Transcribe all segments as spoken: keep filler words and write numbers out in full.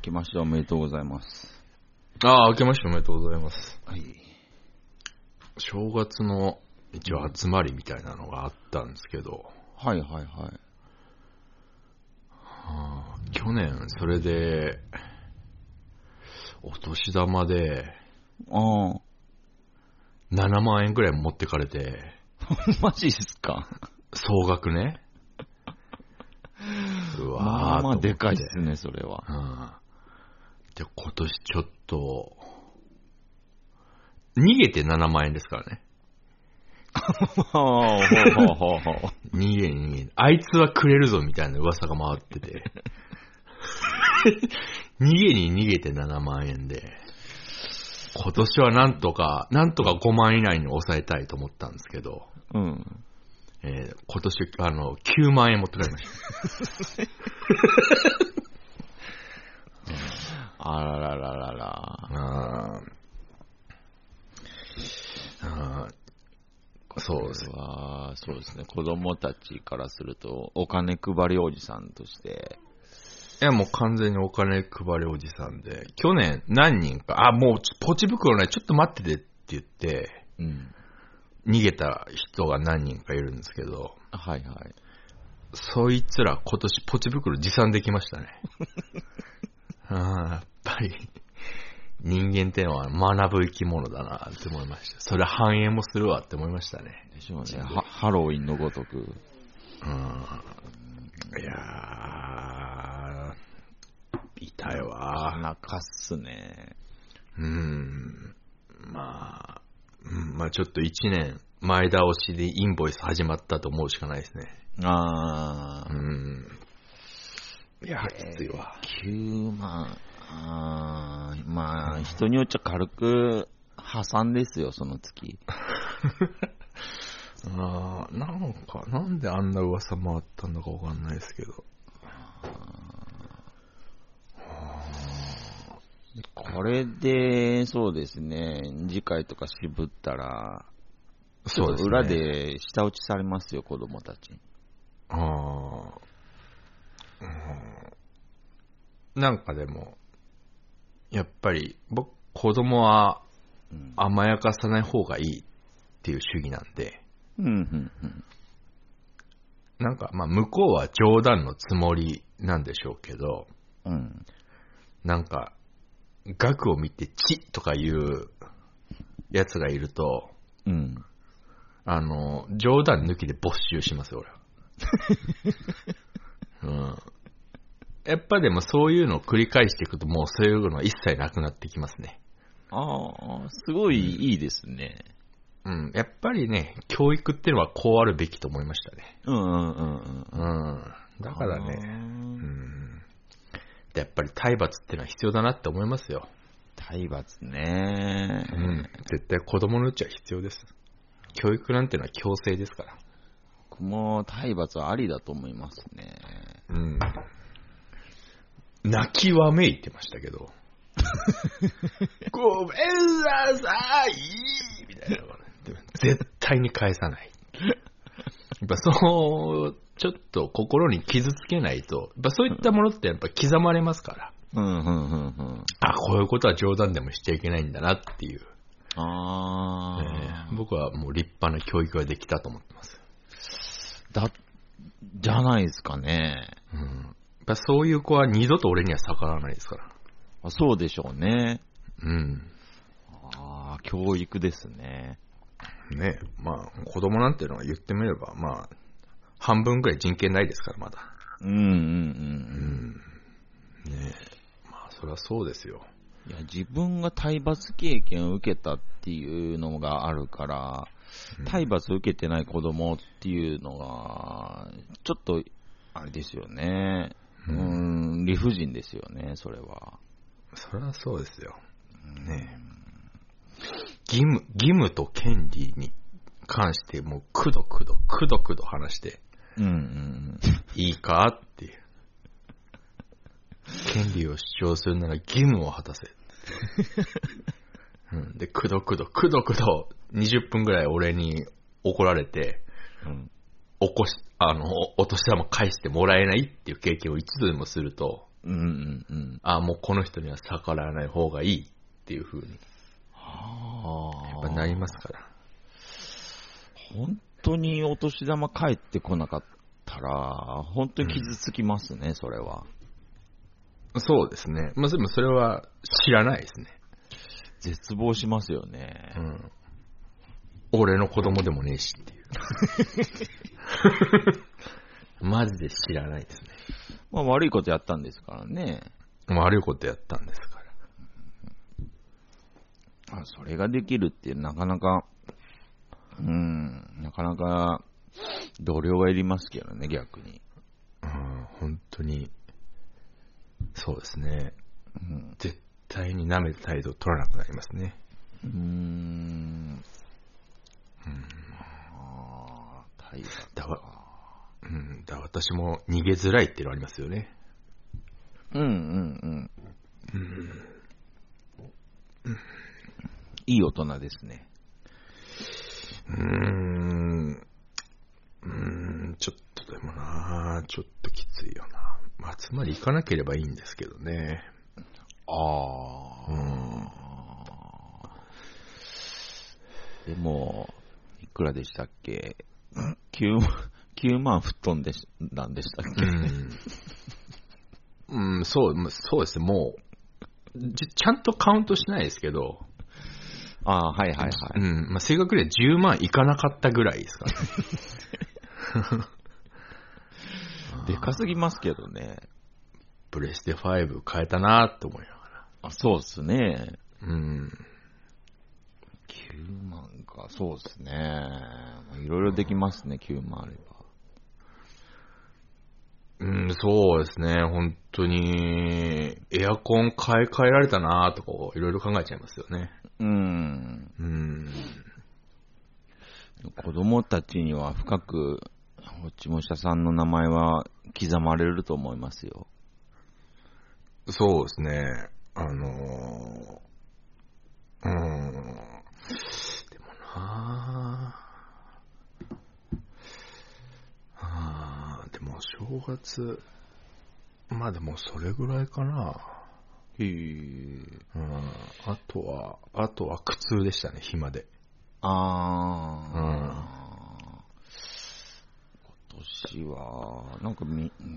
けましておめでとうございます。 ああ、明けましておめでとうございます。 はい。 正月の一応集まりみたいなのがあったんですけど、 はいはいはい。 はあ、去年それでお年玉でああ。 ななまん円ぐらい持ってかれて、 マジですか？ 総額ね。うわー、 まあまあでかいっすね、それは。 うん、で、今年ちょっと逃げてななまん円ですからね。 逃逃げ逃げ。あいつはくれるぞみたいな噂が回ってて。逃げに逃げてななまん円で。今年はなんとか、なんとかごまん以内に抑えたいと思ったんですけど。 うん。 えー、今年、あの、きゅうまん円持ってかれました。 あららららら。 ああ、そうですね。 そうですね。子供たちからすると、お金配りおじさんとして。 いや、もう完全にお金配りおじさんで、去年何人か、あ、もうポチ袋ね、ちょっと待っててって言って、 うん、 逃げた人が何人かいるんですけど、 はいはい。 そいつら今年ポチ袋持参できましたね。あ、やっぱり人間ってのは学ぶ生き物だなって思いました。それ反映もするわって思いましたね。 でしょうね。ハ, ハロウィンのごとく。うん、 いやー、痛いわ。 なかっすね。 うーん、まあ、うん、まあちょっと一年前倒しでインボイス始まったと思うしかないですね。 ああ。 うん。いや、きついわ。 きゅうまん。あー、まあ、人によっちゃ軽く破産ですよ、その月。 あー、なんか、なんであんな噂回ったんだかわかんないですけど。 これで、そうですね、次回とか渋ったら、そうですね、裏で舌打ちされますよ、子供たち。 ああ、うん、なんかでも、やっぱり僕、子供は甘やかさない方がいいっていう主義なんで、 うんうんうん、 なんかまあ向こうは冗談のつもりなんでしょうけど、 うん、 なんか額を見てチッとかいうやつがいると、 うん、 あの冗談抜きで没収しますよ俺は。うん、やっぱでもそういうのを繰り返していくともうそういうのは一切なくなってきますね。 ああ、すごいいいですね。 うん、やっぱりね、教育っていうのはこうあるべきと思いましたね。 うんうんうんうん。 うん。だからね、うん。やっぱり体罰っていうのは必要だなって思いますよ。 体罰ね。 うん。絶対子供のうちは必要です。教育なんていうのは強制ですから。 僕も体罰はありだと思いますね。 うん。泣きわめいてましたけど。ごめんなさいみたいな。絶対に返さない。やっぱそう、ちょっと心に傷つけないと、やっぱそういったものってやっぱ刻まれますから。 うんうんうんうん。 あ、こういうことは冗談でもしちゃいけないんだなっていう。 ああ、 えー、僕はもう立派な教育ができたと思ってます。 だ、じゃないですかね。 うん。やっぱそういう子は二度と俺には逆らわないですから。 あ、そうでしょうね。 うん。 ああ、教育ですね。 ね、まあ子供なんていうのは言ってみればまあ半分ぐらい人権ないですからまだ。 うんうんうんうん。うんね、まあそれはそうですよ。 いや自分が体罰経験を受けたっていうのがあるから、うん、体罰を受けてない子供っていうのがちょっとあれですよね。うん、うん理不尽ですよねそれは。 それはそうですよ。ね。義務、義務と権利に関してもうくどくど、くどくど話して、 うんうん、 いいかっていう。権利を主張するなら義務を果たせ。うん、で、くどくど、くどくど、にじゅっぷんぐらい俺に怒られて、うん、起こし、あの、お年玉返してもらえないっていう経験を一度でもすると、 うんうんうん。 あ、もうこの人には逆らわない方がいいっていう風に。 はあ。 やっぱなりますから。 本当にお年玉返ってこなかったら、本当に傷つきますね、うん、それは。 そうですね。まあ、でもそれは知らないですね。 絶望しますよね。 うん。俺の子供でもねえしっていう。マジで知らないですね。 まあ悪いことやったんですからね。 悪いことやったんですから。 あ、それができるってなかなか、うん、なかなか度量がいりますけどね、逆に。 うん、本当に、そうですね。うん、絶対に舐めた態度を取らなくなりますね。 うーん。うん。ああ、態度だわ。うん、だ私も逃げづらいっていうのありますよね。 うんうんうん。うん、いい大人ですね。 うーん。うーん、ちょっとでもな、ちょっときついよな。まあ、つまり行かなければいいんですけどね。 ああ。うん。でも、いくらでしたっけ？ きゅう きゅうまん吹っ飛んでなんでしたっけ？ うん、うん、そう、そうですね、もう、ちゃんとカウントしないですけど、 ああ、はいはいはい。 うん、まあ、正確にはじゅうまんいかなかったぐらいですからね。 でかすぎますけどね。 プレステファイブ変えたなって思いながら。 あ、そうっすね。 うん。 きゅうまんか、そうっすね。いろいろできますね、きゅうまんあれば。 うん、そうですね。本当に、エアコン買い替えられたなとか、いろいろ考えちゃいますよね。 うん。うん。子供たちには深く、落ち武者さんの名前は刻まれると思いますよ。 そうですね。あのー、うん。でもなあでも正月、まあでもそれぐらいかな。 へえ。 うん。あとは、あとは苦痛でしたね、暇で。 ああ。うん。今年は、なんかみ、うん、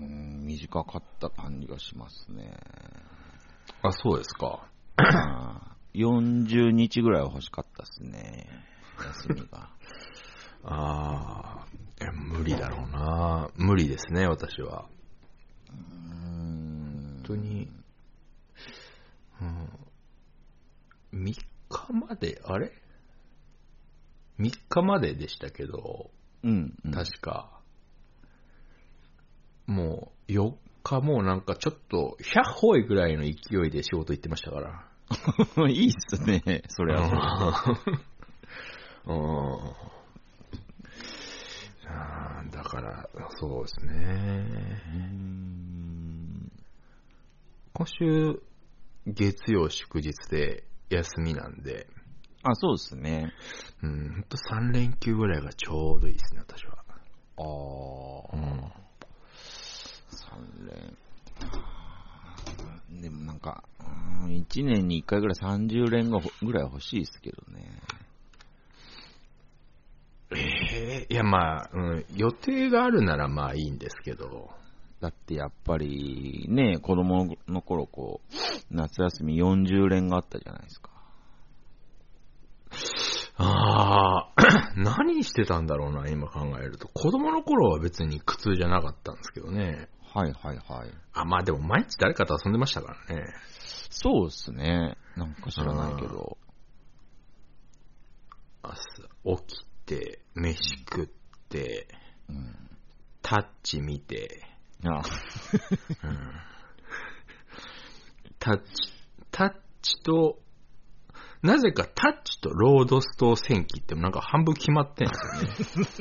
短かった感じがしますね。 あ、そうですか。 よんじゅうにちぐらいは欲しかったですね。休みが。 ああ、無理だろうな。無理ですね、私は。 うーん。 本当に、うん、みっかまで、あれ ?みっ 日まででしたけど、 うんうん、 確か、もうよっかもうなんかちょっとひゃっほいぐらいの勢いで仕事行ってましたから。 いいっすね、それはそれで。 うんだから、そうですね。うーん今週、月曜祝日で休みなんで。 あ、そうですね。 うん、ほんとさん連休ぐらいがちょうどいいですね、私は。 ああ。うん。さん連。でもなんか、いちねんにいっかいぐらいさんじゅう連ぐらい欲しいですけどね。 ええー、いやまあ、うん、予定があるならまあいいんですけど。 だってやっぱりね、子供の頃こう、夏休みよんじゅう連があったじゃないですか。 ああ、何してたんだろうな、今考えると。子供の頃は別に苦痛じゃなかったんですけどね。 はいはいはい。 あ、まあでも毎日誰かと遊んでましたからね。 そうですね。なんか知らないけど。 朝起きて、飯食って、うん、タッチ見て、ああうん、タッチ、タッチと、なぜかタッチとロードスト戦記ってなんか半分決まってんですよね。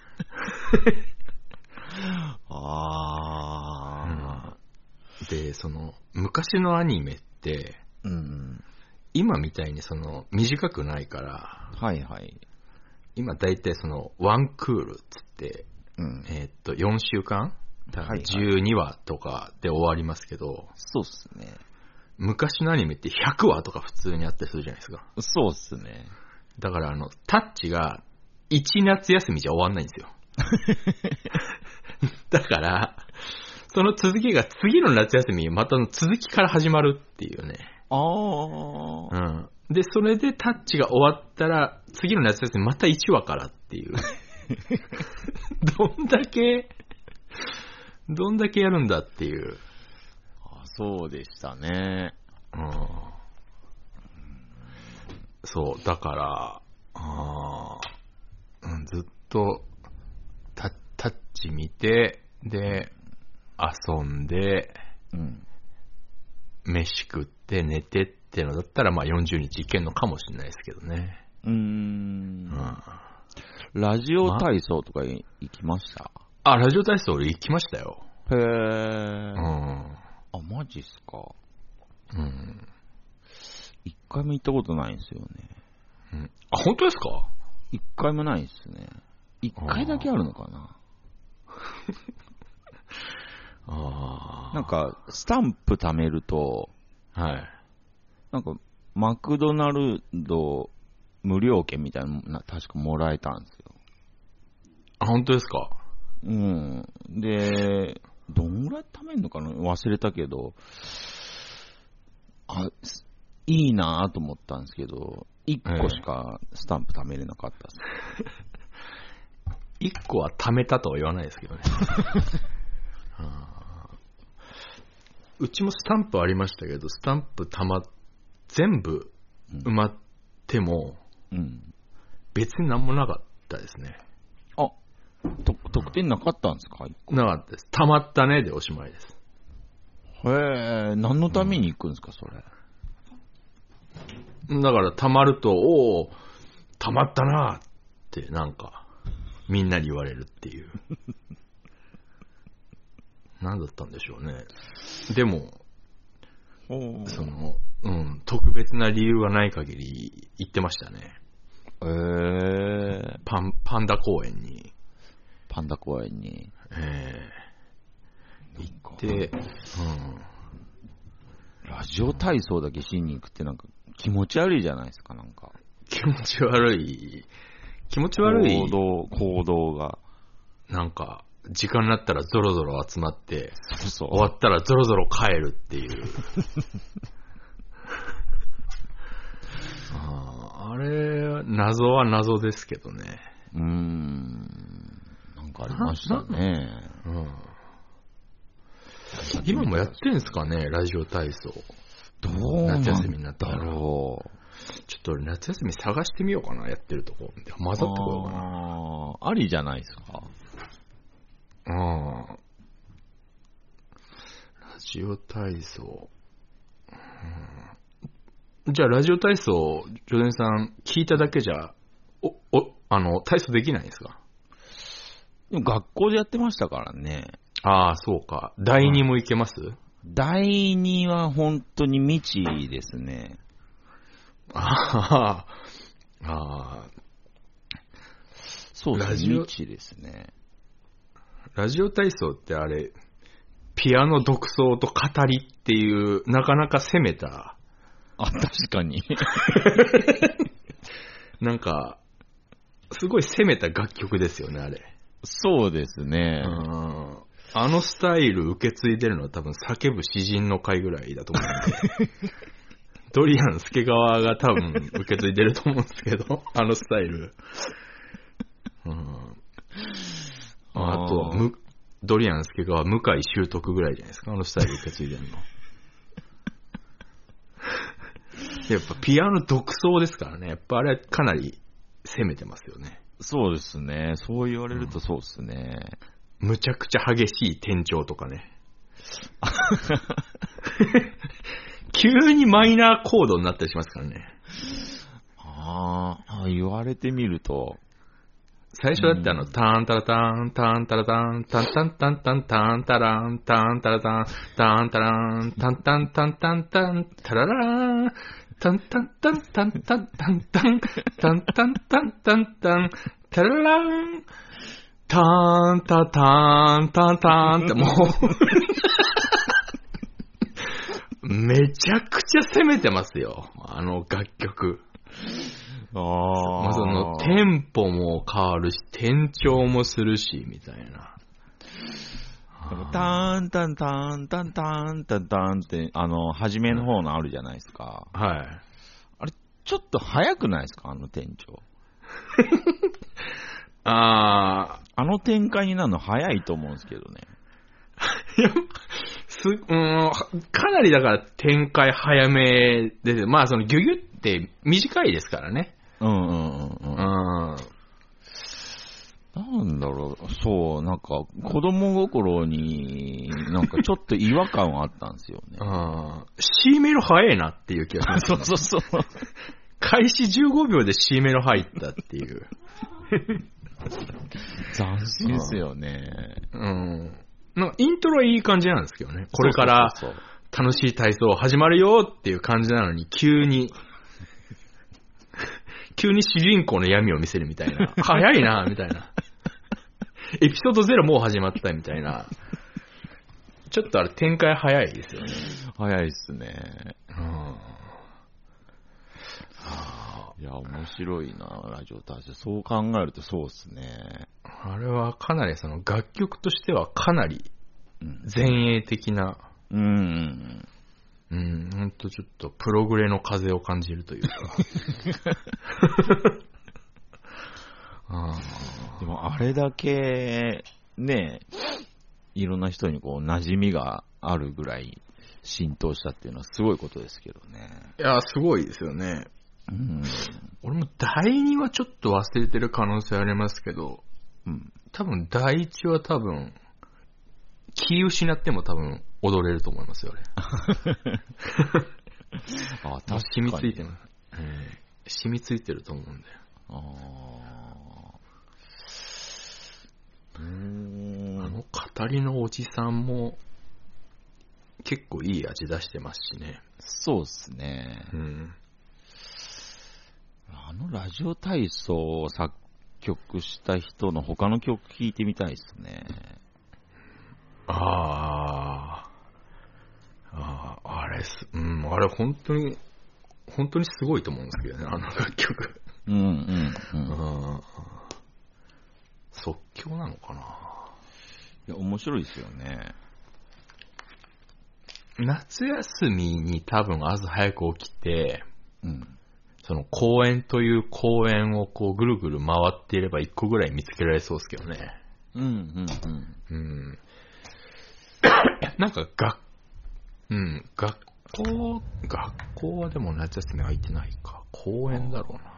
ああ、うん、で、その、昔のアニメって、うん、今みたいにその、短くないから、 はいはい。 今だいたいその、ワンクールっつって、うん、えー、っと、よんしゅうかんじゅうにわとかで終わりますけど、はいはい、 そうっすね。 昔のアニメってひゃくわとか普通にあったりするじゃないですか。 そうっすね。 だからあの、タッチがいち夏休みじゃ終わんないんですよ。だから、その続きが次の夏休み、またの続きから始まるっていうね。 ああ。 うん。で、それでタッチが終わったら、次の夏休みまたいちわからっていう。どんだけ、どんだけやるんだっていう。 あ、そうでしたね。 うん。そう、だから、あ、うん、ずっとタ、タッチ見て、で、遊んで、うん、飯食って寝てってのだったら、まあよんじゅうにちいけんのかもしれないですけどね。 うーん。うん、ラジオ体操とか行きました？ あ、ラジオ体操俺行きましたよ。 へー。うん。 あ、 マジっすか。 うん。 一回も行ったことないんですよね。 うん。あ、本当ですか？ 一回もないっすね。一回だけあるのかな。あ、なんか、スタンプ貯めると、 はい。 なんか、マクドナルド無料券みたいなの確かもらえたんですよ。 あ、本当ですか？ うん。で、どんぐらい貯めんのかな忘れたけど、あ、いいなぁと思ったんですけど、一個しかスタンプ貯めれなかったです。 一個は貯めたとは言わないですけどね。うちもスタンプありましたけど、スタンプたま、全部埋まっても、うん、別になんもなかったですね。 あ、と得点なかったんですか？ なかったです。たまったねでおしまいです。 へえ、何のために行くんですか、それ。 だからたまると、おお、たまったなってなんか、みんなに言われるっていう。何だったんでしょうね。でも、その、うん、特別な理由がない限り行ってましたね。 えー、 パン、パンダ公園に。 パンダ公園に。 えー、行って、うん。 ラジオ体操だけしに行くってなんか気持ち悪いじゃないですか、なんか。 気持ち悪い。気持ち悪い。 行動、行動が。 なんか、時間になったらゾロゾロ集まって、 そうそう、 終わったらゾロゾロ帰るっていう。あ, あれ、謎は謎ですけどね。 うーん。なんかありましたね。うん。 今もやってんすかね、ラジオ体操。 どうなんだろう。 夏休みになったら。ちょっと俺夏休み探してみようかな、やってるとこ。混ざってこようかな。 ああ、ありじゃないですか。 ああ。ラジオ体操。うん、じゃあラジオ体操、ジョデンさん聞いただけじゃ、お、お、あの、体操できないんですか？ でも学校でやってましたからね。 ああ、そうか。だいにも行けます？ だいには本当に未知ですね。 ああ、ああ。 そうですね。未知ですね。 ラジオ体操ってあれ、ピアノ独奏と語りっていう、なかなか攻めた。 あ、確かに。 なんか、すごい攻めた楽曲ですよね、あれ。 そうですね。 うん、あのスタイル受け継いでるのは多分叫ぶ詩人の会ぐらいだと思うんで。ドリアン助川が多分受け継いでると思うんですけど、あのスタイル。うん、あとはむ、ドリアン助川向井修徳ぐらいじゃないですか、あのスタイル受け継いでるの。やっぱピアノ独奏ですからね。やっぱあれかなり攻めてますよね。 そうですね。そう言われるとそうですね。 うん、むちゃくちゃ激しい転調とかね。急にマイナーコードになったりしますからね。 ああ、言われてみると。 最初だってあの、ターンタラターン、ターンタラターン、タンタンタンタンタンタラン、ターンタラターン、ターンタラン、タンタンタンタンタン、タララーン、タンタンタンタンタンタンタン、タンタンタンタンタン、タララーン、タターンタターンタターンってもう、めちゃくちゃ攻めてますよ。あの楽曲。 あまあ、そのテンポも変わるし、転調もするし、みたいな。 ターンタンタンタンタンタンタンって、あの、初めの方のあるじゃないですか。 はい。 あれ、ちょっと早くないですか、あの転調。 ああの展開になるの早いと思うんですけどね。 いや、す、うん、かなりだから展開早めで、まあそのギュギュって短いですからね。 うんうんうんうん。 うん。 なんだろう、そう、なんか子供心になんかちょっと違和感はあったんですよね。 うん。C メロ早いなっていう気がします、 ね。そうそうそう。 開始じゅうごびょうで C メロ入ったっていう。 斬新ですよね。 うん。なんかイントロはいい感じなんですけどね。これから楽しい体操始まるよっていう感じなのに急に急に主人公の闇を見せるみたいな。早いなみたいな。エピソードゼロもう始まったみたいな。ちょっとあれ展開早いですよね。 早いっすね。 うん。 いや、面白いな、ラジオ体操。そう考えるとそうっすね。 あれはかなりその楽曲としてはかなり前衛的な。 うん。 うん、ほんとちょっとプログレの風を感じるというか。 あでもあれだけね、いろんな人にこう馴染みがあるぐらい浸透したっていうのはすごいことですけどね。 いや、すごいですよね。 うん、 俺も第二はちょっと忘れてる可能性ありますけど、うん、多分第一は多分気失っても多分踊れると思いますよ、俺。 あ、確かに。 染みついてる、えー。染みついてると思うんだよ。 あうーんあの語りのおじさんも結構いい味出してますしね。 そうっすね。 うん、 あのラジオ体操を作曲した人の他の曲聴いてみたいですね。 ああ、ああ、あれす、うん、あれ本当に、本当にすごいと思うんですけどね、あの楽曲。 うんうんうん。 うん、即興なのかな。 いや、面白いですよね。 夏休みに多分朝早く起きて、 うん、 その公園という公園をこうぐるぐる回っていれば一個ぐらい見つけられそうですけどね。 うんうんうん。 うんなんか学、うん、学校、学校はでも夏休み空いてないか。公園だろ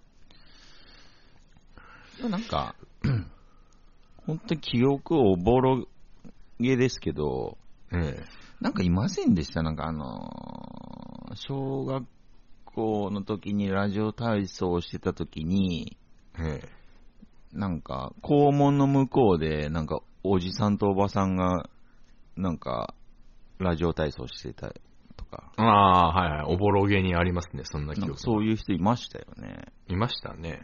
うな。なんか、本当に記憶おぼろげですけど、 ええ、 なんかいませんでした。なんかあのー、小学校の時にラジオ体操をしてた時に、 ええ、 なんか校門の向こうで、なんかおじさんとおばさんが、なんか、ラジオ体操してたとか。 ああ、はいはい。おぼろげにありますね、そんな記憶。 そういう人いましたよね。 いましたね。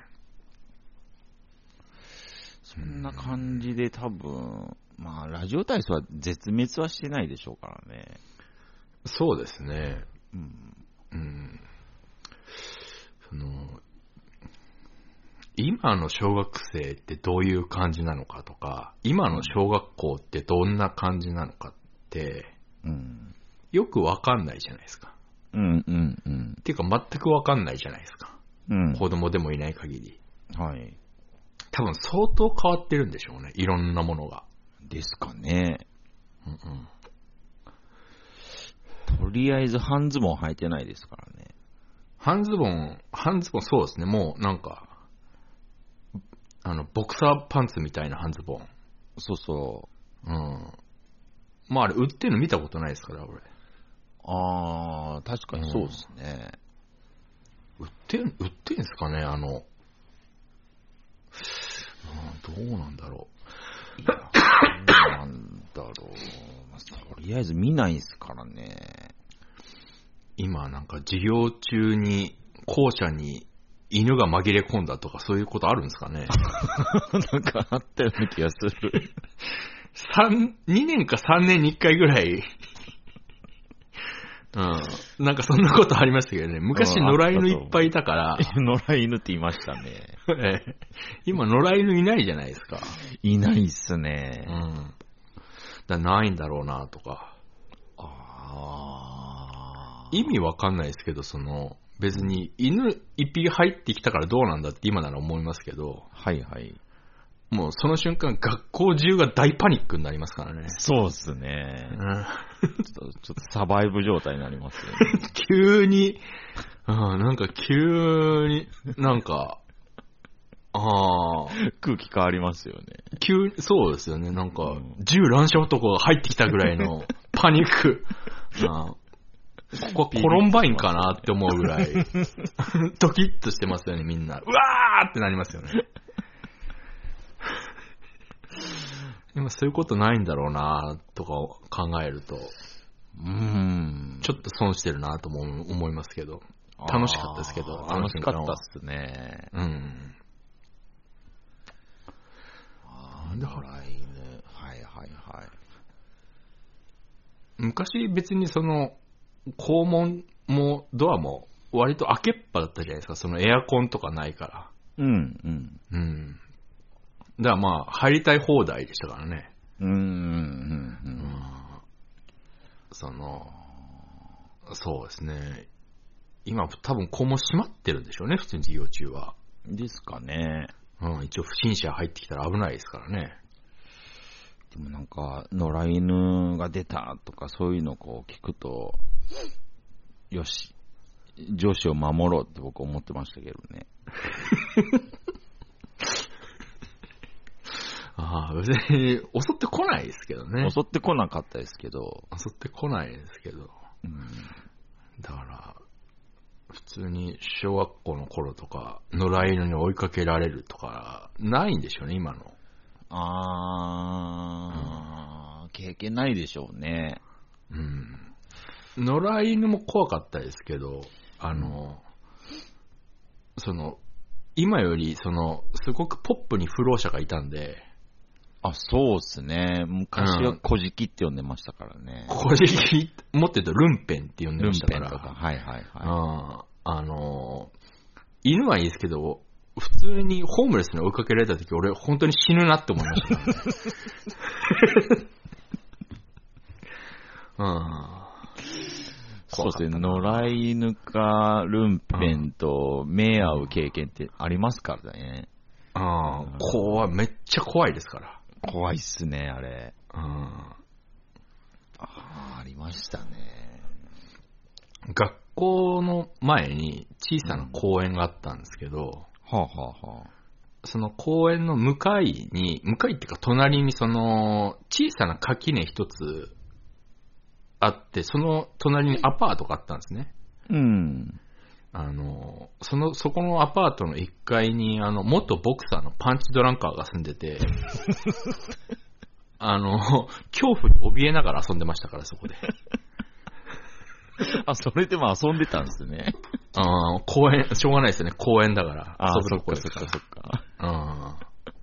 そんな感じで多分、まあ、ラジオ体操は絶滅はしてないでしょうからね。 そうですね。 うん。 うん。その、今の小学生ってどういう感じなのかとか、今の小学校ってどんな感じなのかって、 うん、 よくわかんないじゃないですか。 うんうんうん。 っていうか全くわかんないじゃないですか。 うん、 子供でもいない限り。 はい。 多分相当変わってるんでしょうね。いろんなものが。 ですかね。 うんうん。 とりあえず半ズボン履いてないですからね。 半ズボン、半ズボンそうですね。もうなんか、あの、ボクサーパンツみたいな半ズボン。 そうそう。うん。まああれ、売ってるの見たことないですから、俺。 ああ、確かにそうですね。 うん、売ってん、売ってんすかね、あの、うん、どうなんだろう。いや、どうなんだろう。とりあえず見ないですからね。 今なんか授業中に校舎に犬が紛れ込んだとかそういうことあるんですかね。 なんかあったような気がする。 三、にねんかさんねんにいっかいぐらい、うん。なんかそんなことありましたけどね。昔野良犬いっぱいいたから。 野良犬って言いましたね。 今野良犬いないじゃないですか。 いないっすね。 うん。だないんだろうなとか。 あ意味わかんないですけど、その、別に犬一匹入ってきたからどうなんだって今なら思いますけど。 はいはい。 もうその瞬間学校中が大パニックになりますからね。 そうっすね。うん、ちょっと、ちょっとサバイブ状態になりますよね。 急に、あなんか急に、なんか、あ空気変わりますよね。 急そうですよね。なんか、うん、銃乱射男が入ってきたぐらいのパニック。あここコロンバインかなって思うぐらい、ドキッとしてますよね、みんな。うわーってなりますよね。今そういうことないんだろうなとか考えると、うーん、ちょっと損してるなとも思いますけど、楽しかったですけど、 楽しかったっすね。 うん。 あだからいいね。はいはいはい。 昔別にその校門もドアも割と開けっぱだったじゃないですか。そのエアコンとかないから。 うんうんうん。だからまあ入りたい放題でしたからね。 うんうんうん、うん、 そのそうですね。今多分校門閉まってるんでしょうね。普通に授業中は。 ですかね。 うん。一応不審者入ってきたら危ないですからね。 でもなんか野良犬が出たとかそういうのをこう聞くと、よし上司を守ろうって僕思ってましたけどね。 ああ、別に襲ってこないですけどね。 襲ってこなかったですけど。 襲ってこないですけど。 うん、 だから、普通に小学校の頃とか、野良犬に追いかけられるとか、ないんでしょうね、今の。 あー、うん、経験ないでしょうね。 うん。野良犬も怖かったですけど、あの、うん、その、今より、その、すごくポップに不老者がいたんで、 あ、そうっすね。昔は小じきって呼んでましたからね。 小じき、もっと言うとルンペンって呼んでましたから。 ルンペンとか。はいはいはい。 あ, あの、犬はいいですけど、普通にホームレスに追いかけられた時、俺本当に死ぬなって思いました、ね。うん、 そうですね。野良犬かルンペンと目合う経験ってありますからね。 ああ、怖い。めっちゃ怖いですから。 怖いっすね、あれ。 うん、ああ、ありましたね。 学校の前に小さな公園があったんですけど、うん、 はあはあはあ、 その公園の向かいに、向かいっていうか隣にその小さな垣根一つあって、その隣にアパートがあったんですね。 うん。 あの、その、そこのアパートのいっかいに、あの、元ボクサーのパンチドランカーが住んでて、あの、恐怖に怯えながら遊んでましたから、そこで。 あ、それでも遊んでたんですね。 ああ、公園、しょうがないですよね、公園だから。 ああ、そっかそっかそっか。 あ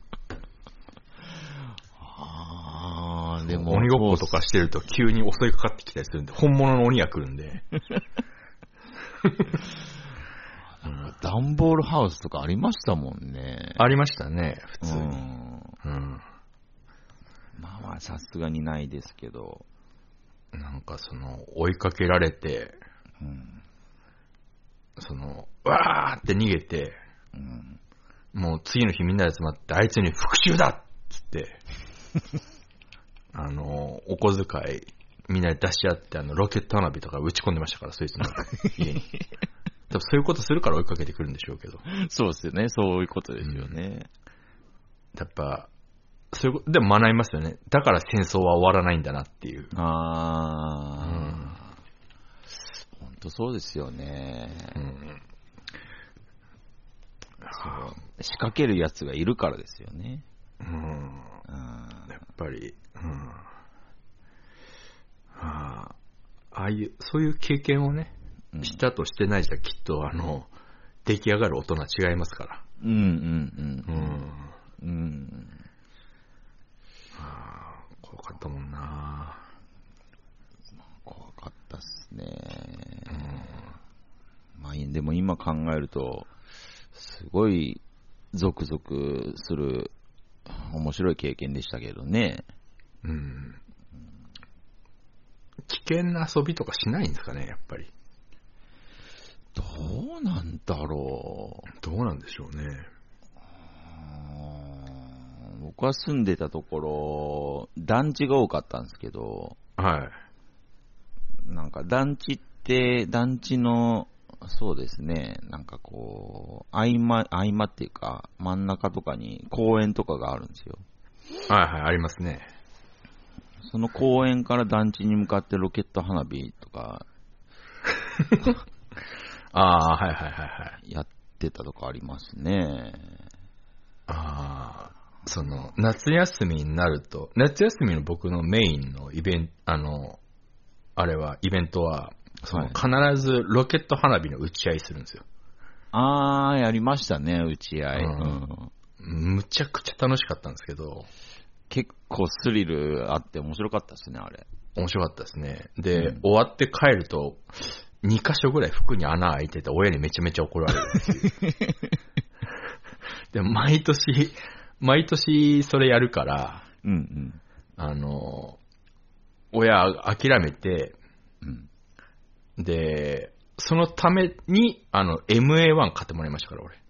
あ、でも。 鬼ごっことかしてると急に襲いかかってきたりするんで、本物の鬼が来るんで。 ダンボールハウスとかありましたもんね。 ありましたね、普通に。うん。うん、 まあまあ、さすがにないですけど。 なんかその、追いかけられて、うん、その、わーって逃げて、うん、もう次の日みんなで集まって、あいつに復讐だっつって、あの、お小遣いみんなで出し合って、あの、ロケット花火とか打ち込んでましたから、そいつの家に。多分そういうことするから追いかけてくるんでしょうけど。 そうですよね。そういうことですよね。うん、 やっぱ、そういうこと、でも学びますよね。だから戦争は終わらないんだなっていう。 あー。うん、本当そうですよね。うん、そう仕掛けるやつがいるからですよね。 うん、やっぱり、うん、ああいう、そういう経験をね、したとしてないじゃきっとあの出来上がる大人違いますから。 うんうんうん。 うん。 うん。 はあ、怖かったもんな。 怖かったっすね。うん、まあ、でも今考えると、すごいゾクゾクする面白い経験でしたけどね。 うん。危険な遊びとかしないんですかね、やっぱり。 どうなんだろう。 どうなんでしょうね。 僕は住んでたところ、団地が多かったんですけど、 はい。 なんか団地って、団地の、そうですね、なんかこう、合間、合間っていうか、真ん中とかに公園とかがあるんですよ。 はいはい、ありますね。 その公園から団地に向かってロケット花火とか、 ああ、はいはいはいはい。 やってたとかありますね。 ああ、その、夏休みになると、夏休みの僕のメインのイベント、あの、あれは、イベントは、その、必ずロケット花火の打ち合いするんですよ。 あー、やりましたね、打ち合い。 うんうん、むちゃくちゃ楽しかったんですけど、 結構スリルあって面白かったですね、あれ。 面白かったですね。で、 うん、 終わって帰ると、に箇所ぐらい服に穴開いてて、親にめちゃめちゃ怒られるんですよ。で、毎年、毎年それやるから、 うんうん、 あの、親諦めて、うん、で、そのために、あの、エムエーワン 買ってもらいましたから、俺。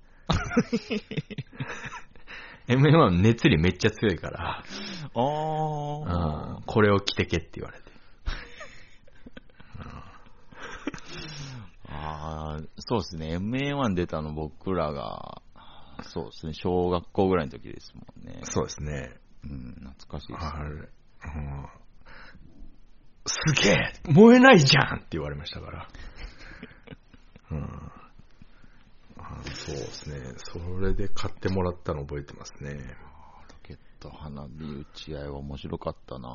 エムエーワン 熱量めっちゃ強いから、 あー、 うん、これを着てけって言われて。 ああ、そうですね。エムエーワン 出たの僕らが、そうですね。小学校ぐらいの時ですもんね。 そうですね。 うん、懐かしいですね。あれ、うん、 すげえ燃えないじゃんって言われましたから。うん、あ、そうですね。それで買ってもらったの覚えてますね。ロケット花火打ち合いは面白かったな。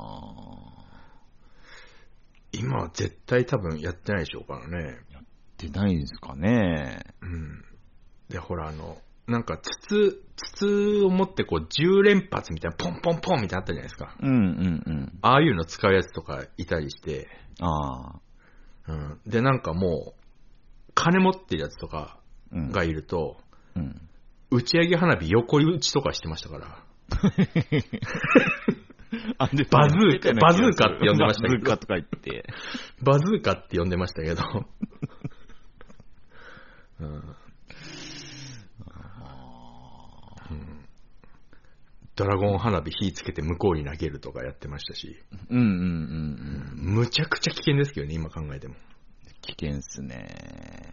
今は絶対多分やってないでしょうからね。 やってないんですかね。 うん。で、ほら、あの、なんか筒、筒を持ってこうじゅう連発みたいなポンポンポンみたいなのあったじゃないですか。 うんうんうん。 ああいうの使うやつとかいたりして。 ああ。 うん。で、なんかもう、金持ってるやつとかがいると、うんうん、打ち上げ花火横打ちとかしてましたから。あでバズーカ、バズーカって呼んでましたけど。 バズーカとか言って。 バズーカって呼んでましたけど。うんうん、ドラゴン花火火つけて向こうに投げるとかやってましたし。 うんうんうんうん。 むちゃくちゃ危険ですけどね、今考えても。 危険っすね。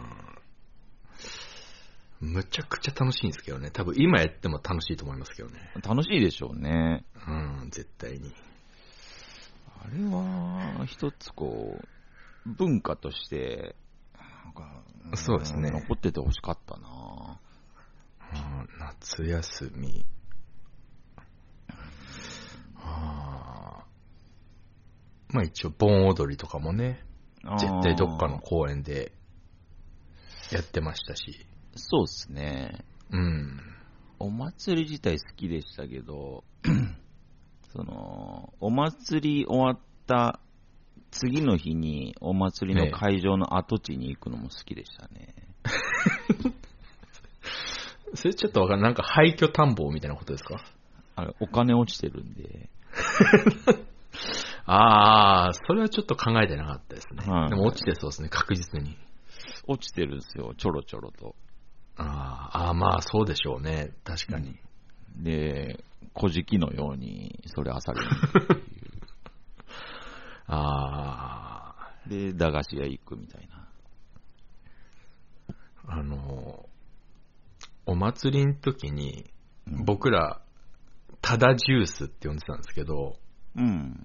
うん。むちゃくちゃ楽しいんですけどね。多分今やっても楽しいと思いますけどね。 楽しいでしょうね。 うん、絶対に。 あれは、一つこう、文化として、なんか、 そうですね。 残っててほしかったな。 うん、夏休み。はあ、まあ一応盆踊りとかもね、絶対どっかの公園でやってましたし。 そうですね。 うん。 お祭り自体好きでしたけど、その、お祭り終わった次の日にお祭りの会場の跡地に行くのも好きでしたね。 それちょっとわかんない。なんか廃墟探訪みたいなことですか？ あれ、お金落ちてるんで。 ああ、それはちょっと考えてなかったですね。 はい、 でも落ちてそうですね、確実に。 落ちてるんですよ、ちょろちょろと。 ああ、まあそうでしょうね、確かに。 うん、で、小じきのようにそれあさりに行くっていう。 ああ。 で、駄菓子屋行くみたいな。 あの、お祭りの時に、僕ら、ただジュースって呼んでたんですけど、 うん、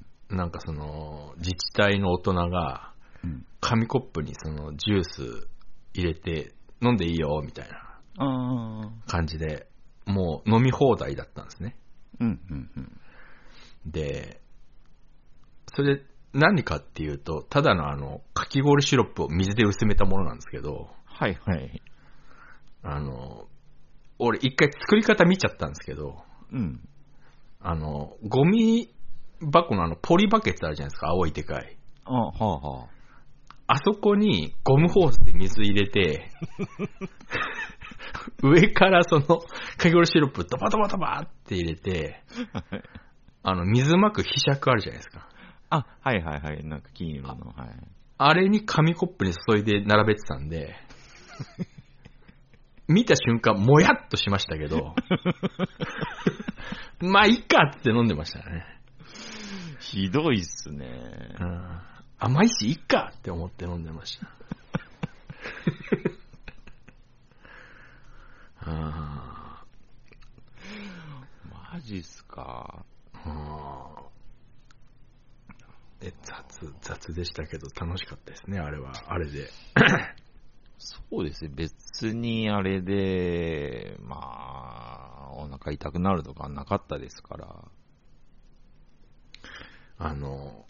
なんかその、自治体の大人が、紙コップにそのジュース入れて飲んでいいよみたいな感じで、もう飲み放題だったんですね。 うんうんうん、 で、それで何かっていうと、ただのあのかき氷シロップを水で薄めたものなんですけど、 はいはい。 あの、俺一回作り方見ちゃったんですけど、 うん。 あの、ゴミ箱のあの、ポリバケツあるじゃないですか、青いでかい。 あ、はあはあ。 あそこにゴムホースで水入れて、上からその、かき氷シロップドバドバドバって入れて、あの、水まくひしゃくあるじゃないですか。 あ、はいはいはい。なんか金色の。はい。 あれに紙コップに注いで並べてたんで、見た瞬間、もやっとしましたけど、まあ、いっかって飲んでましたね。 ひどいっすね。 うん、甘いし、いっかって思って飲んでました。あマジっすか。 え雑、雑でしたけど楽しかったですね、あれは。あれで。 そうですね。別にあれで、まあ、お腹痛くなるとかなかったですから。 あの、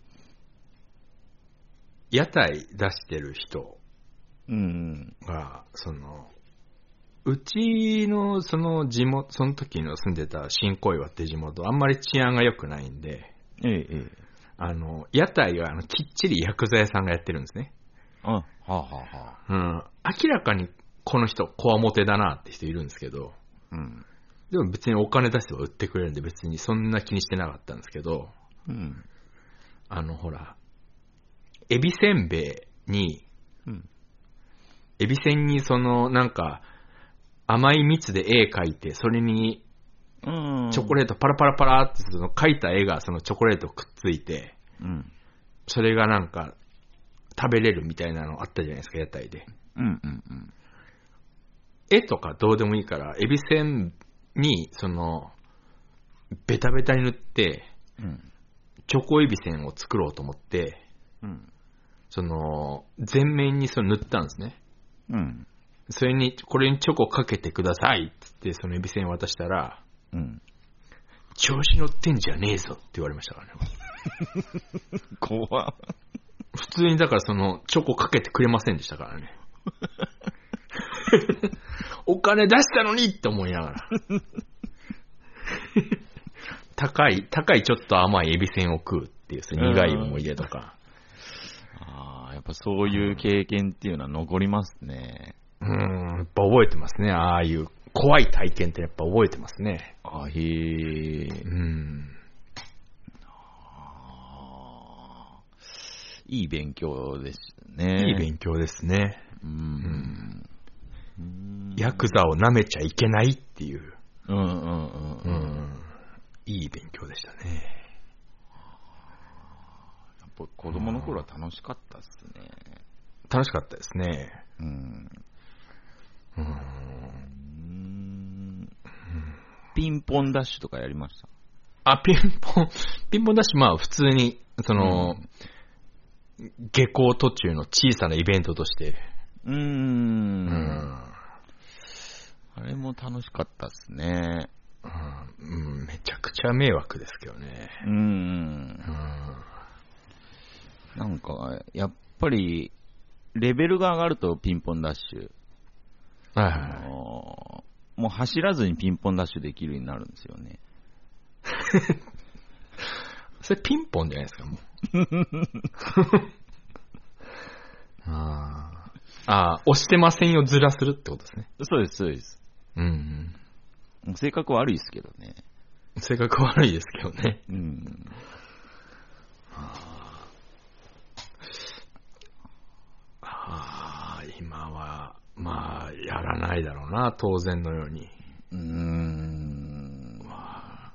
屋台出してる人うんが、その、うちのその地元、その時の住んでた新小岩って地元、あんまり治安が良くないんで、 ええ、ええ。 あの、屋台があのきっちり薬剤屋さんがやってるんですね。 あ、はあはあはあ。 うん。明らかにこの人、こわもてだなって人いるんですけど、 うん。 でも別にお金出せば売ってくれるんで別にそんな気にしてなかったんですけど、 うん。 あのほら、エビせんべいに、 うん。 エビせんにそのなんか甘い蜜で絵描いて、それにチョコレートパラパラパラってその描いた絵がそのチョコレートくっついて、 うん。 それがなんか食べれるみたいなのあったじゃないですか、屋台で。 うんうんうん。 絵とかどうでもいいから、エビせんにそのベタベタに塗って、 うん。 チョコエビせんを作ろうと思って、 うん。 その全面にその塗ったんですね。 うん。 それに、これにチョコかけてくださいって言って、そのエビせん渡したら、 うん。 調子乗ってんじゃねえぞって言われましたからね。 怖っ。 普通にだからその、チョコかけてくれませんでしたからね。お金出したのにって思いながら。高い、高いちょっと甘いエビせんを食うっていう、苦い思い出とか。 ああ、やっぱそういう経験っていうのは残りますね。 うーん、やっぱ覚えてますね。ああいう怖い体験ってやっぱ覚えてますね。 あ、へえ。 うん。 いい勉強ですね。 いい勉強ですね。 うん。うん、 ヤクザを舐めちゃいけないっていう。 うんうんうん、うん。 いい勉強でしたね。 やっぱ子供の頃は楽しかったですね。 楽しかったですね。 うん。うーん。ピンポンダッシュとかやりました？ あ、ピンポン、ピンポンダッシュ、まあ普通に、その、うん、下校途中の小さなイベントとして。 うーん。うんあれも楽しかったですね。 うん、めちゃくちゃ迷惑ですけどね。 うん。うん。なんか、やっぱり、レベルが上がるとピンポンダッシュ。 はいはい、 あのー、もう走らずにピンポンダッシュできるようになるんですよね。 それピンポンじゃないですか、もう。ああ、押してませんよずらするってことですね。 そうです、そうです。 うんうん。性格悪いですけどね。 性格悪いですけどね。 うん。 ああ、今は、まあ、やらないだろうな、当然のように。 うーん。 まあ、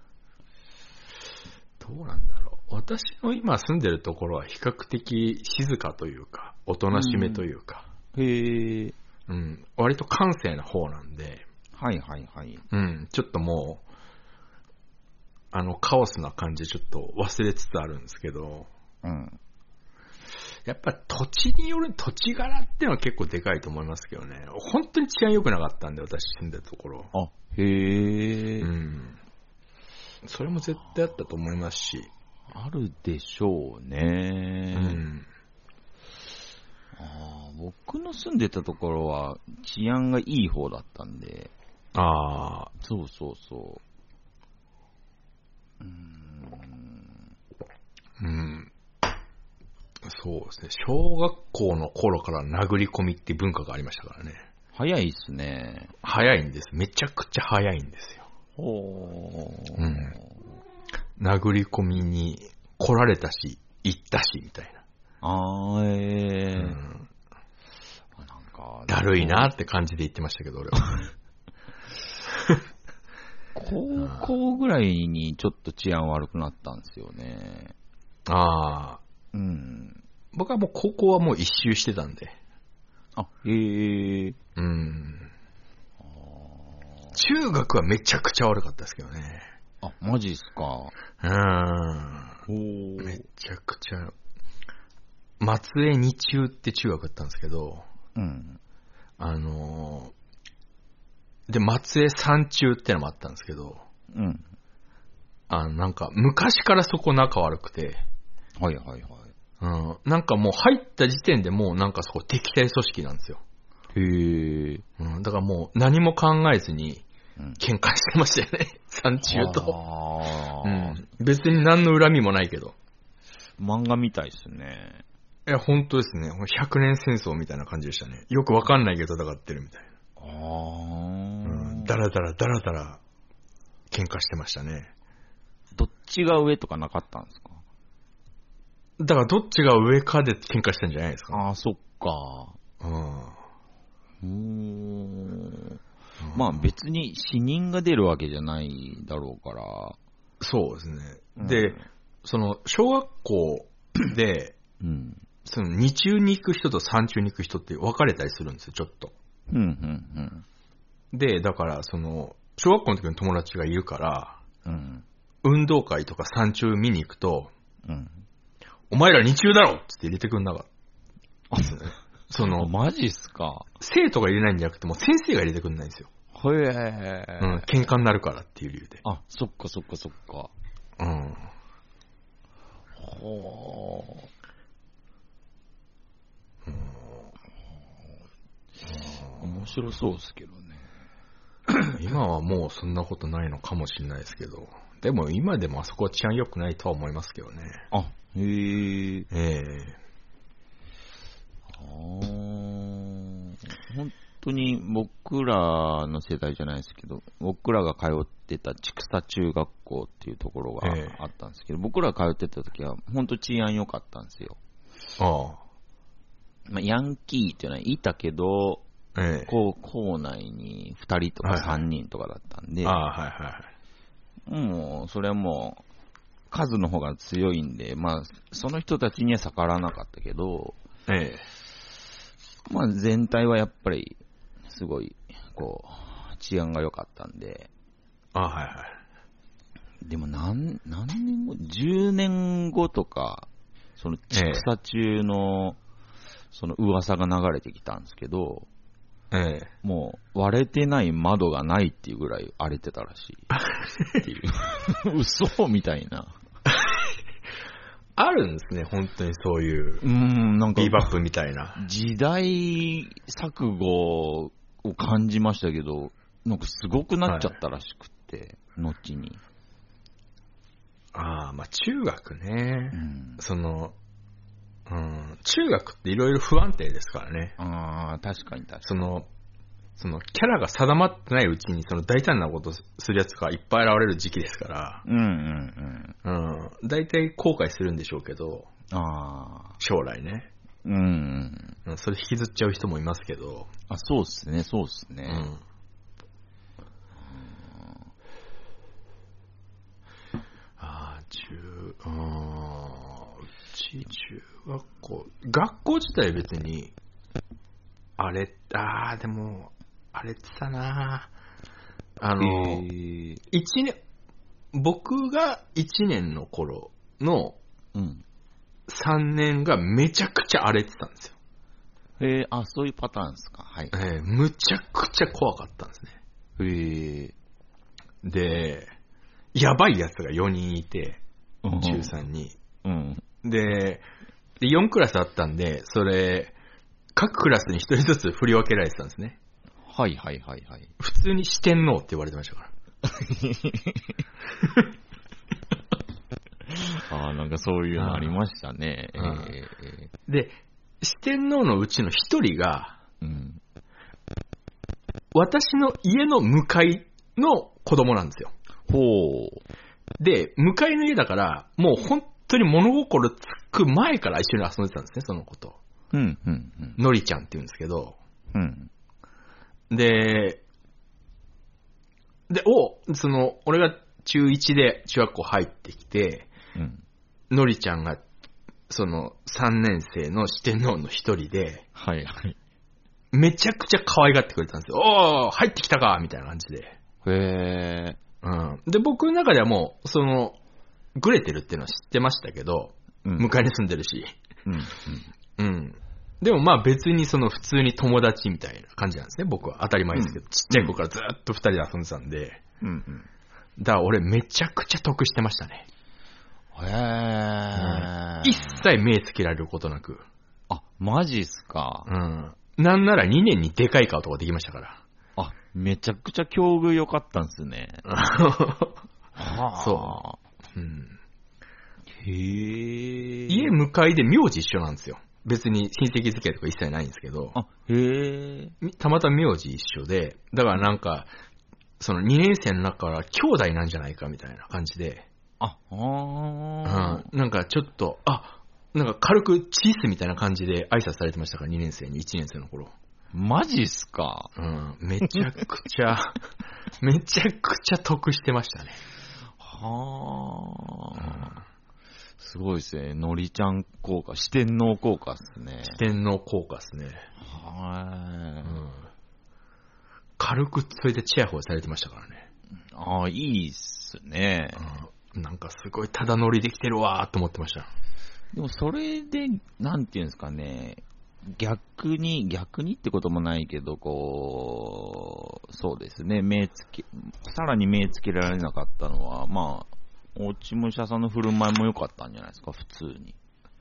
どうなんだろう。私の今住んでるところは比較的静かというか、おとなしめというか。 うん、へえ。 うん。割と閑静な方なんで。 はいはいはい。 うん。ちょっともう、あの、カオスな感じちょっと忘れつつあるんですけど。 うん。 やっぱ土地による、土地柄っていうのは結構でかいと思いますけどね。本当に治安良くなかったんで、私住んでるところ。 あ、へえ。 うん。それも絶対あったと思いますし。 あるでしょうね。 うん。 あ僕の住んでたところは治安がいい方だったんで。 ああ。 そうそうそう。うーん。 うん。そうですね。小学校の頃から殴り込みって文化がありましたからね。 早いっすね。 早いんです。めちゃくちゃ早いんですよ。 ほー。 うん。殴り込みに来られたし、行ったし、みたいな。 あー、えー。うん、 なんか、だるいなって感じで言ってましたけど、俺は。 高校ぐらいにちょっと治安悪くなったんですよね。 ああ。うん。僕はもう高校はもう一周してたんで。 あ、へえ。 うん。中学はめちゃくちゃ悪かったですけどね。 あ、マジっすか。 うん。めちゃくちゃ。松江二中って中学だったんですけど、うん。あのー、で、松江三中ってのもあったんですけど、うん。あの、なんか、昔からそこ仲悪くて、 はいはいはい。 うん。なんかもう入った時点でもうなんかそこ敵対組織なんですよ。 へー。 うん。だからもう何も考えずに喧嘩してましたよね。三中と。うん。別に何の恨みもないけど。 漫画みたいですね。 いや、本当ですね。百年戦争みたいな感じでしたね。よくわかんないけど戦ってるみたいな。あー。うん。だらだらだらだら喧嘩してましたね。 どっちが上とかなかったんですか？ だからどっちが上かで喧嘩したんじゃないですか。 ああ、そっか。うん。うーん。まあ別に死人が出るわけじゃないだろうから。 そうですね。うん、で、その小学校で、うん、そのに中に行く人とさん中に行く人って分かれたりするんですよ、ちょっと。うんうんうん、で、だからその小学校の時の友達がいるから、うん、運動会とかさん中見に行くと、うん、お前らに中だろって入れてくんなかった。その、 マジっすか。 生徒が入れないんじゃなくても先生が入れてくんないんですよ。 へえ。 うん、喧嘩になるからっていう理由で。 あ、そっかそっかそっか。うん。ほー。うん、面白そうですけどね。 今はもうそんなことないのかもしれないですけど。でも今でもあそこは治安良くないとは思いますけどね。 あ、へー。ええ。あー。本当に僕らの世代じゃないですけど、僕らが通ってた千種中学校っていうところがあったんですけど、ええ、僕らが通ってた時は本当治安良かったんですよ。ああ。まあ、ヤンキーっていうのはいたけど、ええ、こう校内にふたりとかさんにんとかだったんで、はいはい、ああ、はいはい。もうそれはもう数の方が強いんで、まあその人たちには逆らわなかったけど、ええ、まあ全体はやっぱりすごいこう治安が良かったんで、あ、はいはい。でも何何年後、じゅうねんごとかその千種中のその噂が流れてきたんですけど、ええ、もう割れてない窓がないっていうぐらい荒れてたらしいっていう嘘みたいな。 あるんですね、本当にそういう、うん、なんかビーバップみたいな時代錯誤を感じましたけど、なんかすごくなっちゃったらしくって、はい、後に。 ああ、まあ中学ね、うん、その、うん、中学っていろいろ不安定ですからね。 ああ、確かに確かに。 その、そのキャラが定まってないうちにその大胆なことするやつがいっぱい現れる時期ですから、うんうんうん。うん。大体後悔するんでしょうけど、ああ。将来ね。うん、うん。それ引きずっちゃう人もいますけど。 あ、そうっすね、そうっすね。うん。 ああ、中、うん。中学校、学校自体別に、あれ、ああ、でも、あれってたなあの、えー、一年、僕がいちねんの頃のさんねんがめちゃくちゃ荒れてたんですよ。 へえー、あ、そういうパターンですか。はい。 えー、むちゃくちゃ怖かったんですね。へえー。で、やばいやつがよにんいて、ちゅうさんに。うん。で、で、よんクラスあったんで、それ、 各クラスに一人ずつ振り分けられてたんですね。 はいはいはいはい。 普通に四天王って言われてましたから。 ああ、なんかそういうのありましたね。えー、で、四天王のうちの一人が、うん、私の家の向かいの子供なんですよ。 ほう。 で、向かいの家だから、もう本当に物心つく前から一緒に遊んでたんですね、その子と。 うん、うん、うん。 のりちゃんって言うんですけど。 うん。 で、で、お、その、俺が中いちで中学校入ってきて、うん、のりちゃんが、その、さんねん生の四天王の一人で、 はいはい。 めちゃくちゃ可愛がってくれたんですよ。おー、入ってきたかみたいな感じで。 へー。 うん。で、僕の中ではもう、その、グレてるっていうのは知ってましたけど、うん、向かいに住んでるし。うん。うん。うん、でもまあ別にその普通に友達みたいな感じなんですね、僕は。当たり前ですけど。うん、ちっちゃい子からずっと二人で遊んでたんで。うんうん。だから俺めちゃくちゃ得してましたね。 へー。 うん、一切目つけられることなく。 あ、マジっすか。 うん。なんならにねんにでかい顔とかできましたから。 あ、めちゃくちゃ境遇良かったんすね。 はそう。うん。 へー。 家向かいで名字一緒なんですよ。別に親戚付き合いとか一切ないんですけど。 あ、へー。 たまたま名字一緒で、だからなんか、そのにねん生の中から兄弟なんじゃないかみたいな感じで。 あ、あー。 うん。なんかちょっと、あ、なんか軽くチースみたいな感じで挨拶されてましたから、にねん生にいちねん生の頃。 マジっすか。 うん。めちゃくちゃ、めちゃくちゃ得してましたね。 はー。うん、すごいですね。のりちゃん効果、四天王効果っすね。 四天王効果っすね。 はい、うん。 軽くそれでチヤホヤされてましたからね。 ああ、いいっすね、 うん。なんかすごいただ乗りできてるわーと思ってました。 でもそれで、なんていうんですかね、逆に、逆にってこともないけど、こう、そうですね、目つけ、さらに目つけられなかったのは、まあ、落ち武者さんの振る舞いも良かったんじゃないですか、普通に。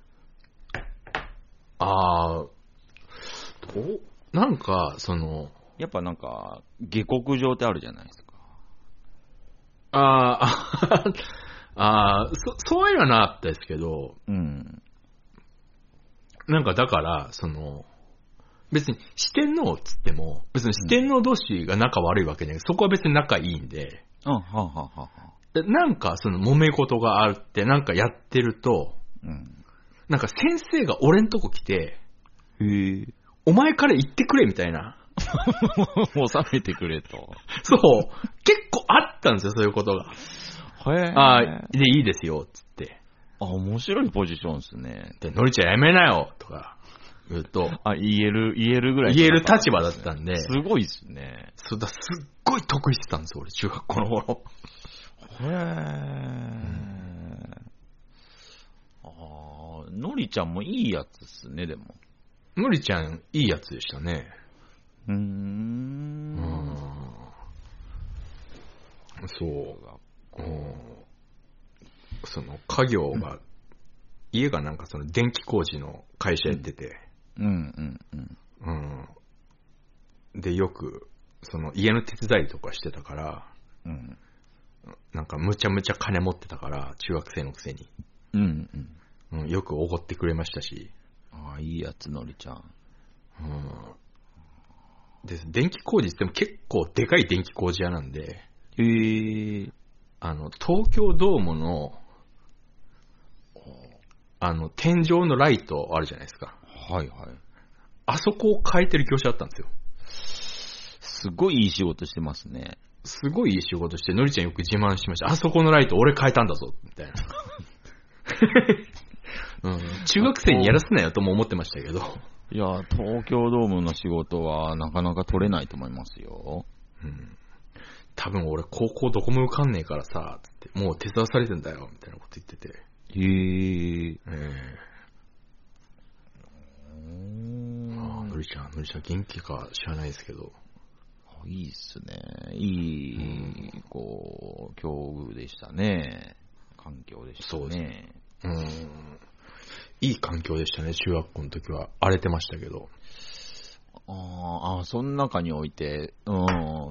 あー、お、なんか、その、 やっぱなんか、下克上ってあるじゃないですか。 あー、あー、そ、そういうのはなかったですけど、うん。なんかだから、その、別に四天王っつっても、別に四天王同士が仲悪いわけじゃないけど、そこは別に仲いいんで、 うん、はあ、はあはあ、 なんかその揉め事があって、なんかやってると、うん、なんか先生が俺んとこ来て、 へー、 お前から言ってくれみたいな。 収めてくれと。 そう。結構あったんですよ、そういうことが。 へー。 ああ、で、いいですよ、つって。 あ、面白いポジションですね。 で、のりちゃんやめなよ、とか言うと。 あ、言える、言えるぐらい、 ね。言える立場だったんで。 すごいですね。 そうだ、すっごい得意してたんですよ、俺、中学校の頃。 へー。ああ、のりちゃんもいいやつですね、でも。 のりちゃん、いいやつでしたね。 うーん。 うん、そう。うん、その、家業が、うん、家がなんかその電気工事の会社やってて。 うんうんうん。 うん。で、よく、その家の手伝いとかしてたから、うん。なんかむちゃむちゃ金持ってたから、中学生のくせに。 うんうん。 うん、よくおごってくれましたし。 ああ、いいやつ、のりちゃん。 うん。で、電気工事っても結構でかい電気工事屋なんで。 へー。 あの、東京ドームの、あの、天井のライトあるじゃないですか。 はいはい。 あそこを変えてる業者だったんですよ。 すごいいい仕事してますね。 すごいいい仕事して、のりちゃんよく自慢しました。あそこのライト俺変えたんだぞ、みたいな。うん、中学生にやらせないよとも思ってましたけど。 いや、東京ドームの仕事はなかなか取れないと思いますよ。 うん。多分俺高校どこも受かんねえからさ、つってもう手伝わされてんだよ、みたいなこと言ってて。 へー。 えー。ああ、のりちゃん、のりちゃん元気か知らないですけど。 いいっすね。いい、うん、こう、境遇でしたね。環境でしたね。 そうですね。うん。 いい環境でしたね、中学校の時は。荒れてましたけど。 ああ、その中において、うん、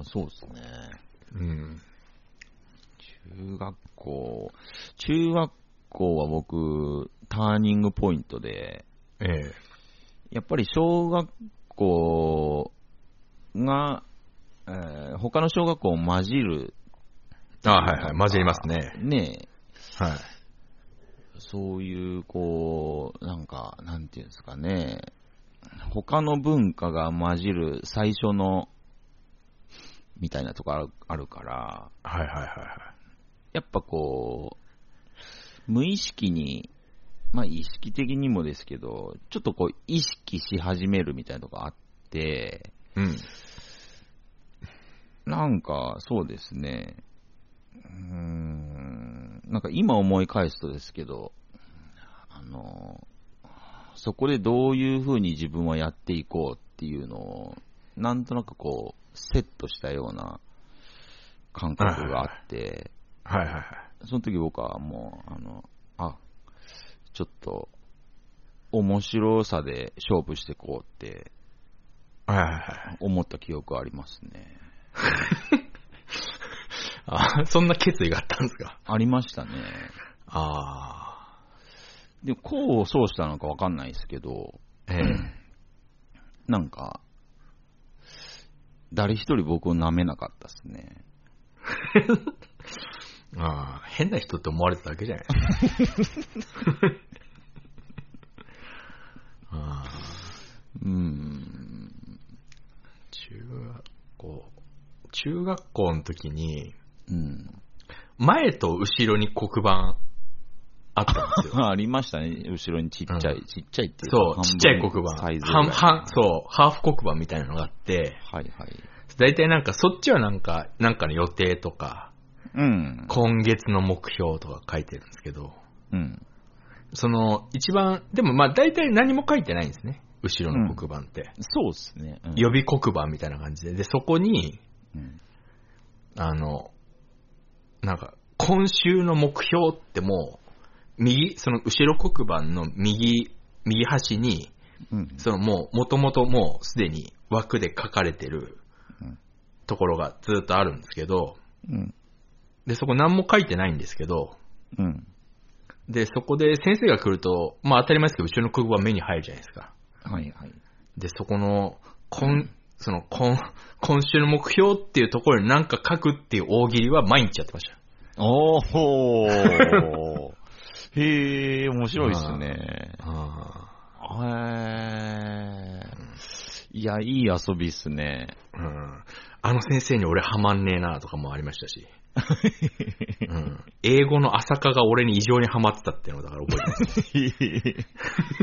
そうですね。 うん。 中学校、中学校は僕、ターニングポイントで、 ええ。 やっぱり小学校が、えー、他の小学校を混じる。 ああ、はいはい、混じりますね。 ねえ。はい。 そういう、こう、なんか、なんていうんですかね、他の文化が混じる最初の、みたいなとこある、あるから、 はいはいはいはい。 やっぱこう、無意識に、まあ意識的にもですけど、ちょっとこう意識し始めるみたいなとこあって、 うん。 なんかそうですね、うーん、なんか今思い返すとですけど、あの、そこでどういう風に自分はやっていこうっていうのを、なんとなくこう、セットしたような感覚があって、 はいはいはい。 その時僕はもう、あの、あ、ちょっと、面白さで勝負していこうって、 はいはいはい。 思った記憶はありますね。 あ、そんな決意があったんですか？ ありましたね。 ああ。 でも、こうそうしたのかわかんないですけど、 ええ。 なんか、誰一人僕を舐めなかったですね。 ああ、変な人って思われただけじゃないですか。あうーん。 中学校、中学校の時に、 うん、 前と後ろに黒板あったんですよ。 ありましたね、後ろにちっちゃい、うん、ちっちゃいっていうか、 そう、ちっちゃい黒板。 サイズ半々、そう、ハーフ黒板みたいなのがあって、 はいはい。 だいたいなんか、そっちはなんか、なんかの予定とか、 うん、 今月の目標とか書いてるんですけど、 うん、その、一番、でもまあ大体何も書いてないんですね。後ろの黒板って。 うん、そうですね、 うん。予備黒板みたいな感じで。で、そこに、 うん、 あの、なんか、今週の目標ってもう、右、その後ろ黒板の右、右端に、うん、そのもう、もともともうすでに枠で書かれてるところがずっとあるんですけど、うん、で、そこ何も書いてないんですけど、うん、で、そこで先生が来ると、まあ当たり前ですけど、後ろの黒板目に入るじゃないですか。 はいはい。 で、そこの、今、うん、その今、今週の目標っていうところに何か書くっていう大喜利は毎日やってました。 おー。へー、面白いですね。 ああへー。いや、いい遊びっすね。 うん。あの先生に俺ハマんねえなとかもありましたし。うん、英語の朝香が俺に異常にハマってたっていうのだから覚えてます。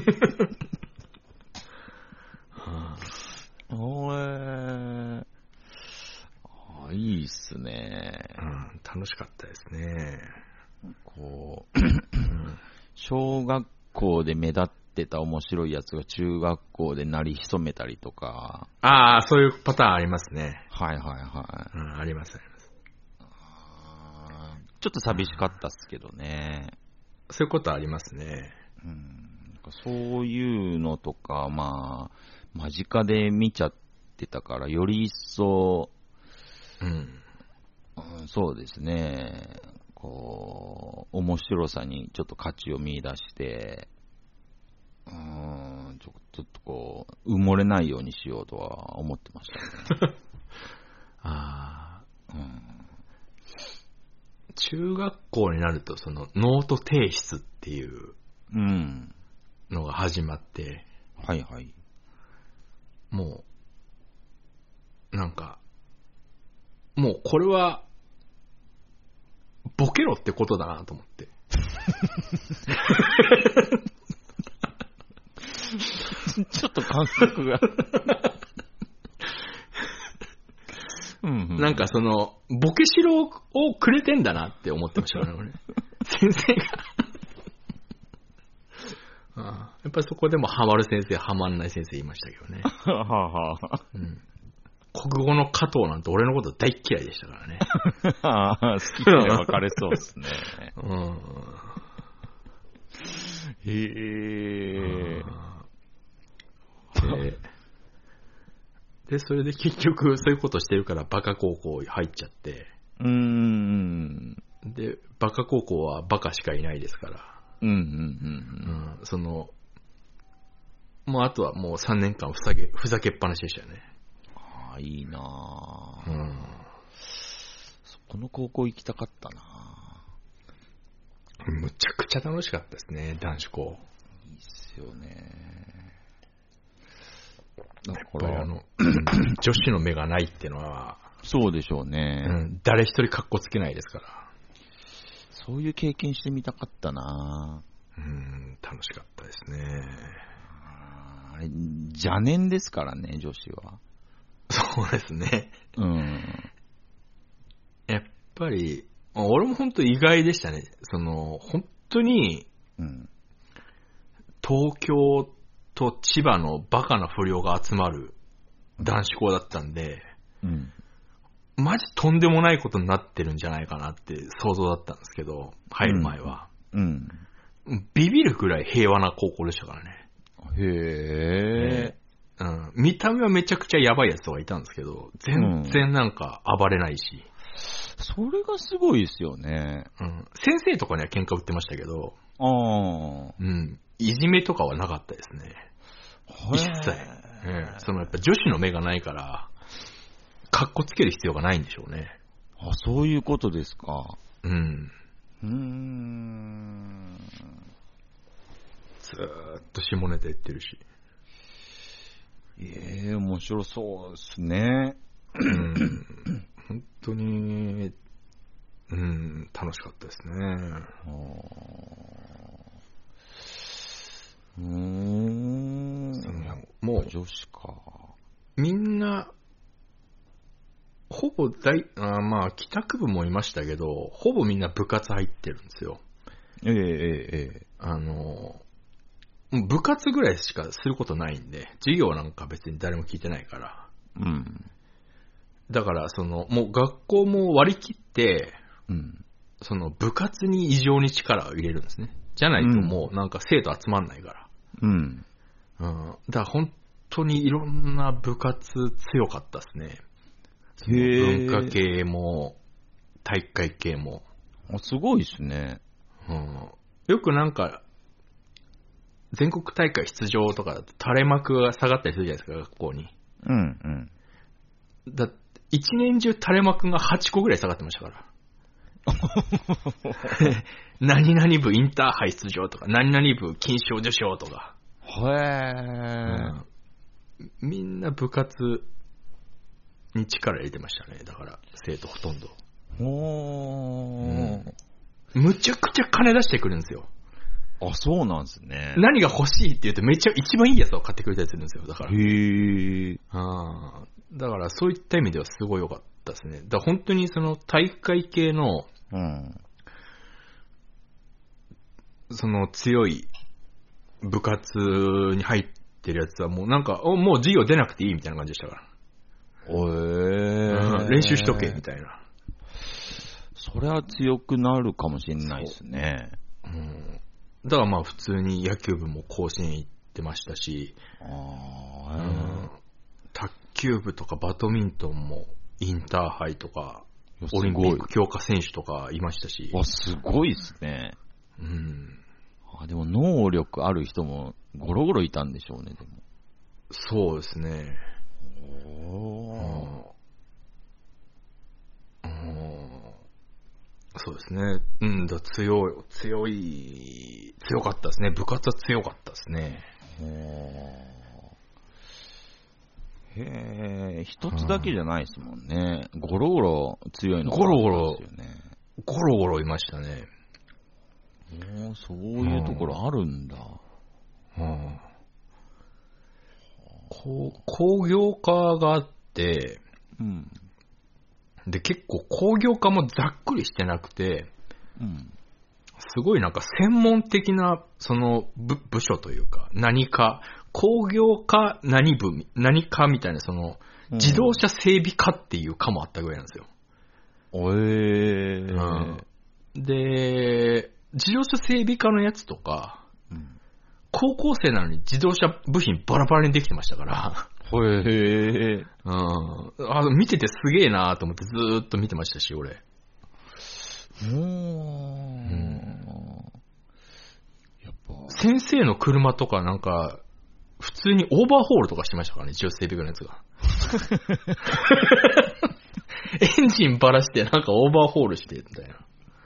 おー。あ、いいっすね、 うん。楽しかったですね。 こう、小学校で目立ってた面白いやつが中学校で鳴り潜めたりとか。 ああ、そういうパターンありますね。 はいはいはい。 うん、ありますあります。 ちょっと寂しかったっすけどね。 そういうことありますね。 うん、そういうのとか、まあ、間近で見ちゃってたから、より一層、 うんうん、そうですね、こう、面白さにちょっと価値を見出して、うん、ちょ、ちょっとこう、埋もれないようにしようとは思ってましたね。 ああ、うん。中学校になると、その、ノート提出っていうのが始まって、 うん、はいはい。 もう、なんか、もうこれは、ボケろってことだなと思って。 ちょっと感覚が。 うんうん、なんかその、ボケしろをくれてんだなって思ってましたね、俺。先生がああ。やっぱりそこでもハマる先生、ハマんない先生いましたけどね。 はあはあ、 うん、国語の加藤なんて俺のこと大嫌いでしたからね。 ああ、好きで分かれそうですね。 うん、 へえ。 で、それで結局そういうことしてるからバカ高校入っちゃって。 うーん。 で、バカ高校はバカしかいないですから。 うんうんうんうん。その、もうあとはもうさんねんかんふざけ、ふざけっぱなしでしたよね。 ああ、いいなぁ。 うん。 そこの高校行きたかったなぁ。むちゃくちゃ楽しかったですね、男子校。 いいっすよね。 だからあの、女子の目がないっていうのは、 そうでしょうね。 うん、誰一人カッコつけないですから。 そういう経験してみたかったなうん、楽しかったですね。 あれ、邪念ですからね、女子は。 そうですね。 うん。 やっぱり、俺も本当意外でしたね。その、本当に、 うん、 東京と千葉のバカな不良が集まる男子校だったんで、 うん、 マジとんでもないことになってるんじゃないかなって想像だったんですけど、入る前は。 うんうん、ビビるくらい平和な高校でしたからね。 へぇー、うん。見た目はめちゃくちゃやばいやつとかいたんですけど、全然なんか暴れないし。 うん、それがすごいですよね。 うん。先生とかには喧嘩売ってましたけど、 ああ。 うん。いじめとかはなかったですね。一切。うん。そのやっぱ女子の目がないから、かっこつける必要がないんでしょうね。 あ、そういうことですか。 うん。 うーん。 ずーっと下ネタ言ってるし。 ええー、面白そうですね。 うん。本当に、うん、楽しかったですね。 うーん。 もう女子か。 みんな、ほぼ大、あまあ、帰宅部もいましたけど、ほぼみんな部活入ってるんですよ。 ええええええ。 あの、部活ぐらいしかすることないんで、授業なんか別に誰も聞いてないから。 うん。 だから、その、もう学校も割り切って、 うん。 その部活に異常に力を入れるんですね。じゃないともうなんか生徒集まんないから。 うん。 うん。だから本当にいろんな部活強かったですね。文化系も、体育会系も。 あ、すごいですね。 うん。よくなんか、全国大会出場とかだと垂れ幕が下がったりするじゃないですか、学校に。 うんうん。 だ一年中垂れ幕がはちこぐらい下がってましたから。何々部インターハイ出場とか、何々部金賞受賞とか。 へー、 うん。みんな部活に力入れてましたね。だから、生徒ほとんど。 おー、 うん。むちゃくちゃ金出してくるんですよ。 あ、そうなんですね。 何が欲しいって言うとめっちゃ一番いいやつを買ってくれたりするんですよ。だから。 へー。 あだからそういった意味ではすごい良かったですね。だから本当にその体育会系の、 うん、 その強い部活に入ってるやつはもうなんか、もう授業出なくていいみたいな感じでしたから。 おえー、 練習しとけみたいな。 それは強くなるかもしれないですね。 うん。だからまあ普通に野球部も甲子園行ってましたし、 あ、 うん、卓球部とかバドミントンもインターハイとかオリンピック強化選手とかいましたし。 わ、すごいですね。 うん。 あ、でも能力ある人もゴロゴロいたんでしょうね、でも。 そうですね。 おー。うん。そうですね。うん、だ強い、強い、強かったですね。部活は強かったですね。 へえ、一つだけじゃないですもんね。ゴロゴロ強いのがゴロゴロですよね。 ゴロゴロいましたね。 おー、そういうところあるんだ。 うん。こう工業科があって、 うん。 で、結構工業科もざっくりしてなくて、 うん、 すごいなんか専門的な、その部、部署というか、何か、工業科何部、何かみたいな、その、自動車整備科っていう科もあったぐらいなんですよ。 お、えー、 うん。で、自動車整備科のやつとか、うん、高校生なのに自動車部品バラバラにできてましたから、 へえ。 うん。あ、見ててすげえなと思ってずーっと見てましたし、俺。 もう、うん、 やっぱ。 先生の車とかなんか、普通にオーバーホールとかしてましたからね、女性ビグのやつが。エンジンばらしてなんかオーバーホールしてみたいな。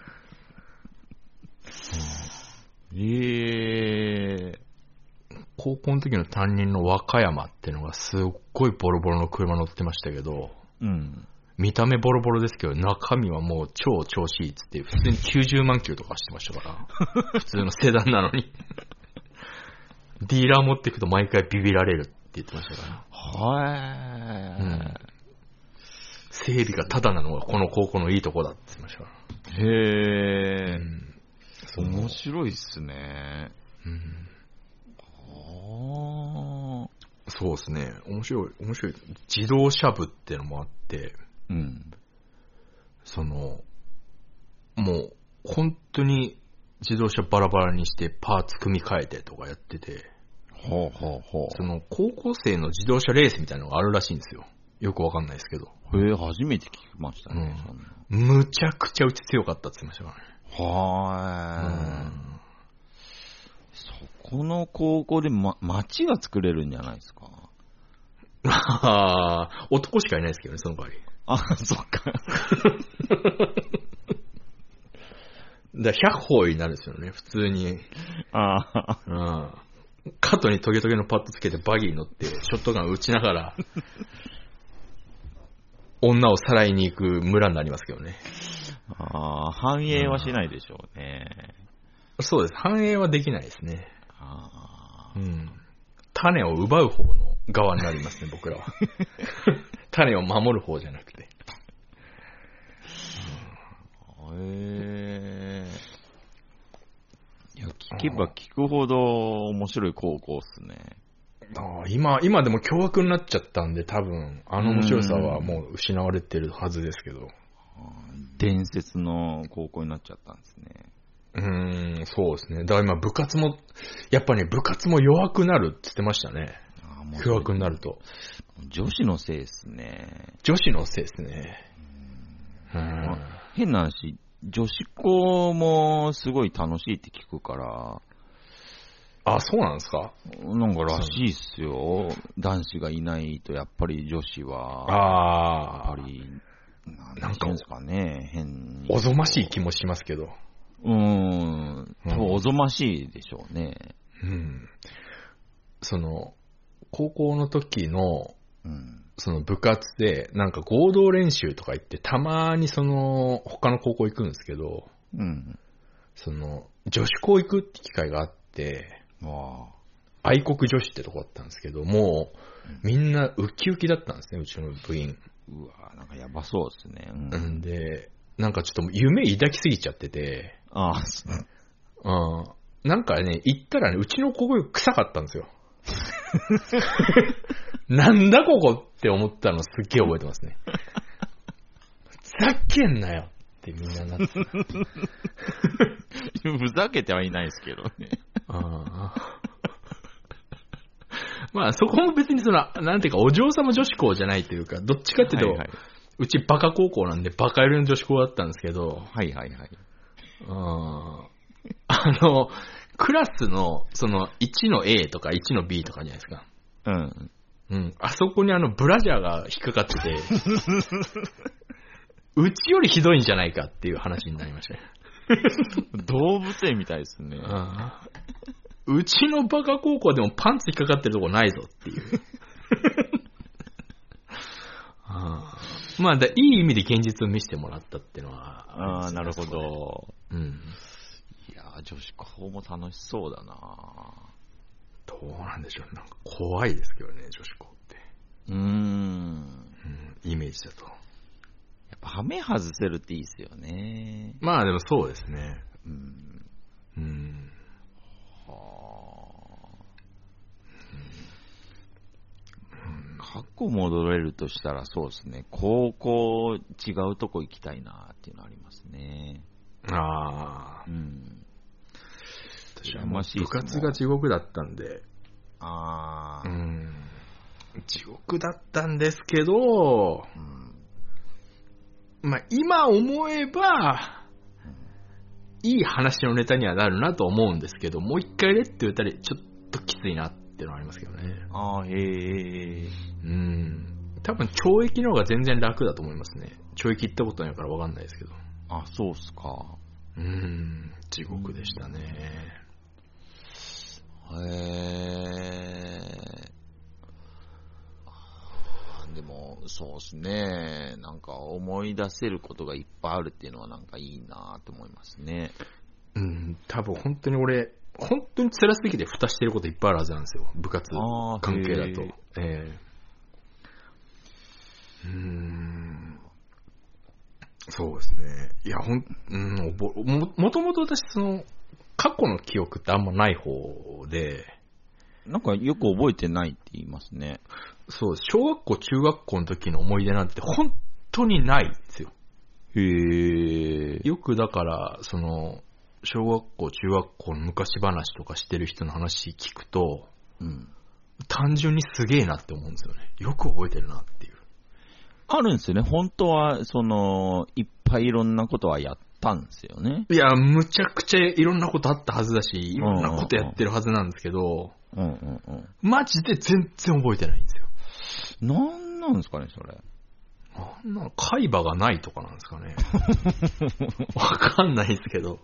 ええー。 高校の時の担任の和歌山っていうのがすっごいボロボロの車乗ってましたけど、 うん。 見た目ボロボロですけど、中身はもう超調子いいっつって、普通にきゅうじゅうまんキロとかしてましたから。普通のセダンなのに。ディーラー持っていくと毎回ビビられるって言ってましたから。 はい、うん。 整備がタダなのがこの高校のいいとこだって言ってましたから。 へえ、 うん。 面白いっすね。 うん。 ああ。 そうですね。面白い、面白い。自動車部ってのもあって、 うん。 その、もう、本当に自動車バラバラにしてパーツ組み替えてとかやってて、 ほうほうほう。 その、高校生の自動車レースみたいなのがあるらしいんですよ。よくわかんないですけど。 へえ、初めて聞きましたね。 うん、むちゃくちゃうち強かったって言ってましたからね。 はーい。うん、そこの高校で、ま、街が作れるんじゃないですか。 ああ、男しかいないですけどね、その場合。 あ、そっか。 だひゃっ歩になるんですよね、普通に。 ああ。 うん。肩にトゲトゲのパッドつけてバギーに乗って、ショットガン撃ちながら、女をさらいに行く村になりますけどね。 ああ、反映はしないでしょうね。 そうです。反映はできないですね。 あ、 うん。種を奪う方の側になりますね、僕らは。種を守る方じゃなくて。 へえ。いや、聞けば聞くほど面白い高校っすね。 ああ、今、今でも凶悪になっちゃったんで、多分、あの面白さはもう失われてるはずですけど。 伝説の高校になっちゃったんですね。 うーん、そうですね。だから今部活も、やっぱね、部活も弱くなるって言ってましたね。あ、もう凶悪になると。 女子のせいですね。 女子のせいですね。 うん、変な話、女子校もすごい楽しいって聞くから。 あ、そうなんですか？ なんからしいっすよ。男子がいないとやっぱり女子は、 ああ、 やっぱり、なんかですかね、変に。 おぞましい気もしますけど。 うーん、多分おぞましいでしょうね。 うん。その、高校の時の、うん、その部活で、なんか合同練習とか行って、たまにその、他の高校行くんですけど、うん、その、女子校行くって機会があって、わ愛国女子ってとこだったんですけど、もう、みんなウキウキだったんですね、うちの部員。 うわなんかやばそうですね。 うん、で、なんかちょっと夢抱きすぎちゃってて、 ああ、うん。なんかね、行ったらね、うちの高校臭かったんですよ。なんだここって思ったのすっげえ覚えてますね。ふざけんなよってみんななってた。 ふざけてはいないですけどね。 あまあそこも別にその、なんていうかお嬢様女子校じゃないというか、どっちかっていうと、はいはい、うちバカ高校なんでバカ寄りの女子校だったんですけど、 はいはいはい。 あ, あの、クラスの、その、いちの A とかいちの B とかじゃないですか。うん。うん。あそこにあの、ブラジャーが引っかかってて、うちよりひどいんじゃないかっていう話になりましたね。 動物園みたいですね。 ああ、うちのバカ高校でもパンツ引っかかってるとこないぞっていう。あまあだ、いい意味で現実を見せてもらったっていうのはあ, ああ、なるほど。 うん。 いや女子校も楽しそうだな。 どうなんでしょう。なんか怖いですけどね、女子校って。 うーん。うん、 イメージだと。 やっぱハメ外せるっていいですよね。 まあでもそうですね。 うん。 うん。 はあ。うん、過去戻れるとしたらそうですね。高校違うとこ行きたいなっていうのありますね。 ああ。 うん。 私はもう部活が地獄だったんで。 ああ。 うん。 地獄だったんですけど、うん、まあ今思えば、うん、いい話のネタにはなるなと思うんですけど、もう一回やれって言ったらちょっときついなっていうのはありますけどね。 ああ、へえ。 うん。多分懲役の方が全然楽だと思いますね。懲役行ったことないから分かんないですけど。 あ、そうっすか。 うーん、地獄でしたね。 へえ。でも、そうっすね。なんか思い出せることがいっぱいあるっていうのはなんかいいなと思いますね。 うん、多分本当に俺、本当に辛すぎて蓋してることいっぱいあるはずなんですよ。部活関係だと。ええうーんそうですね。いや、ほん、うん、も、もともと私、その、過去の記憶ってあんまない方で。 なんかよく覚えてないって言いますね。 そう、小学校、中学校の時の思い出なんて本当にないんですよ。 へー。 よくだから、その、小学校、中学校の昔話とかしてる人の話聞くと、うん、単純にすげえなって思うんですよね。よく覚えてるなっていう。 あるんですよね。本当は、その、いっぱいいろんなことはやったんですよね。 いや、むちゃくちゃいろんなことあったはずだし、いろんなことやってるはずなんですけど、うんうんうん、マジで全然覚えてないんですよ。 なんなんですかね、それ。 なんなの、海馬がないとかなんですかね。わかんないですけど。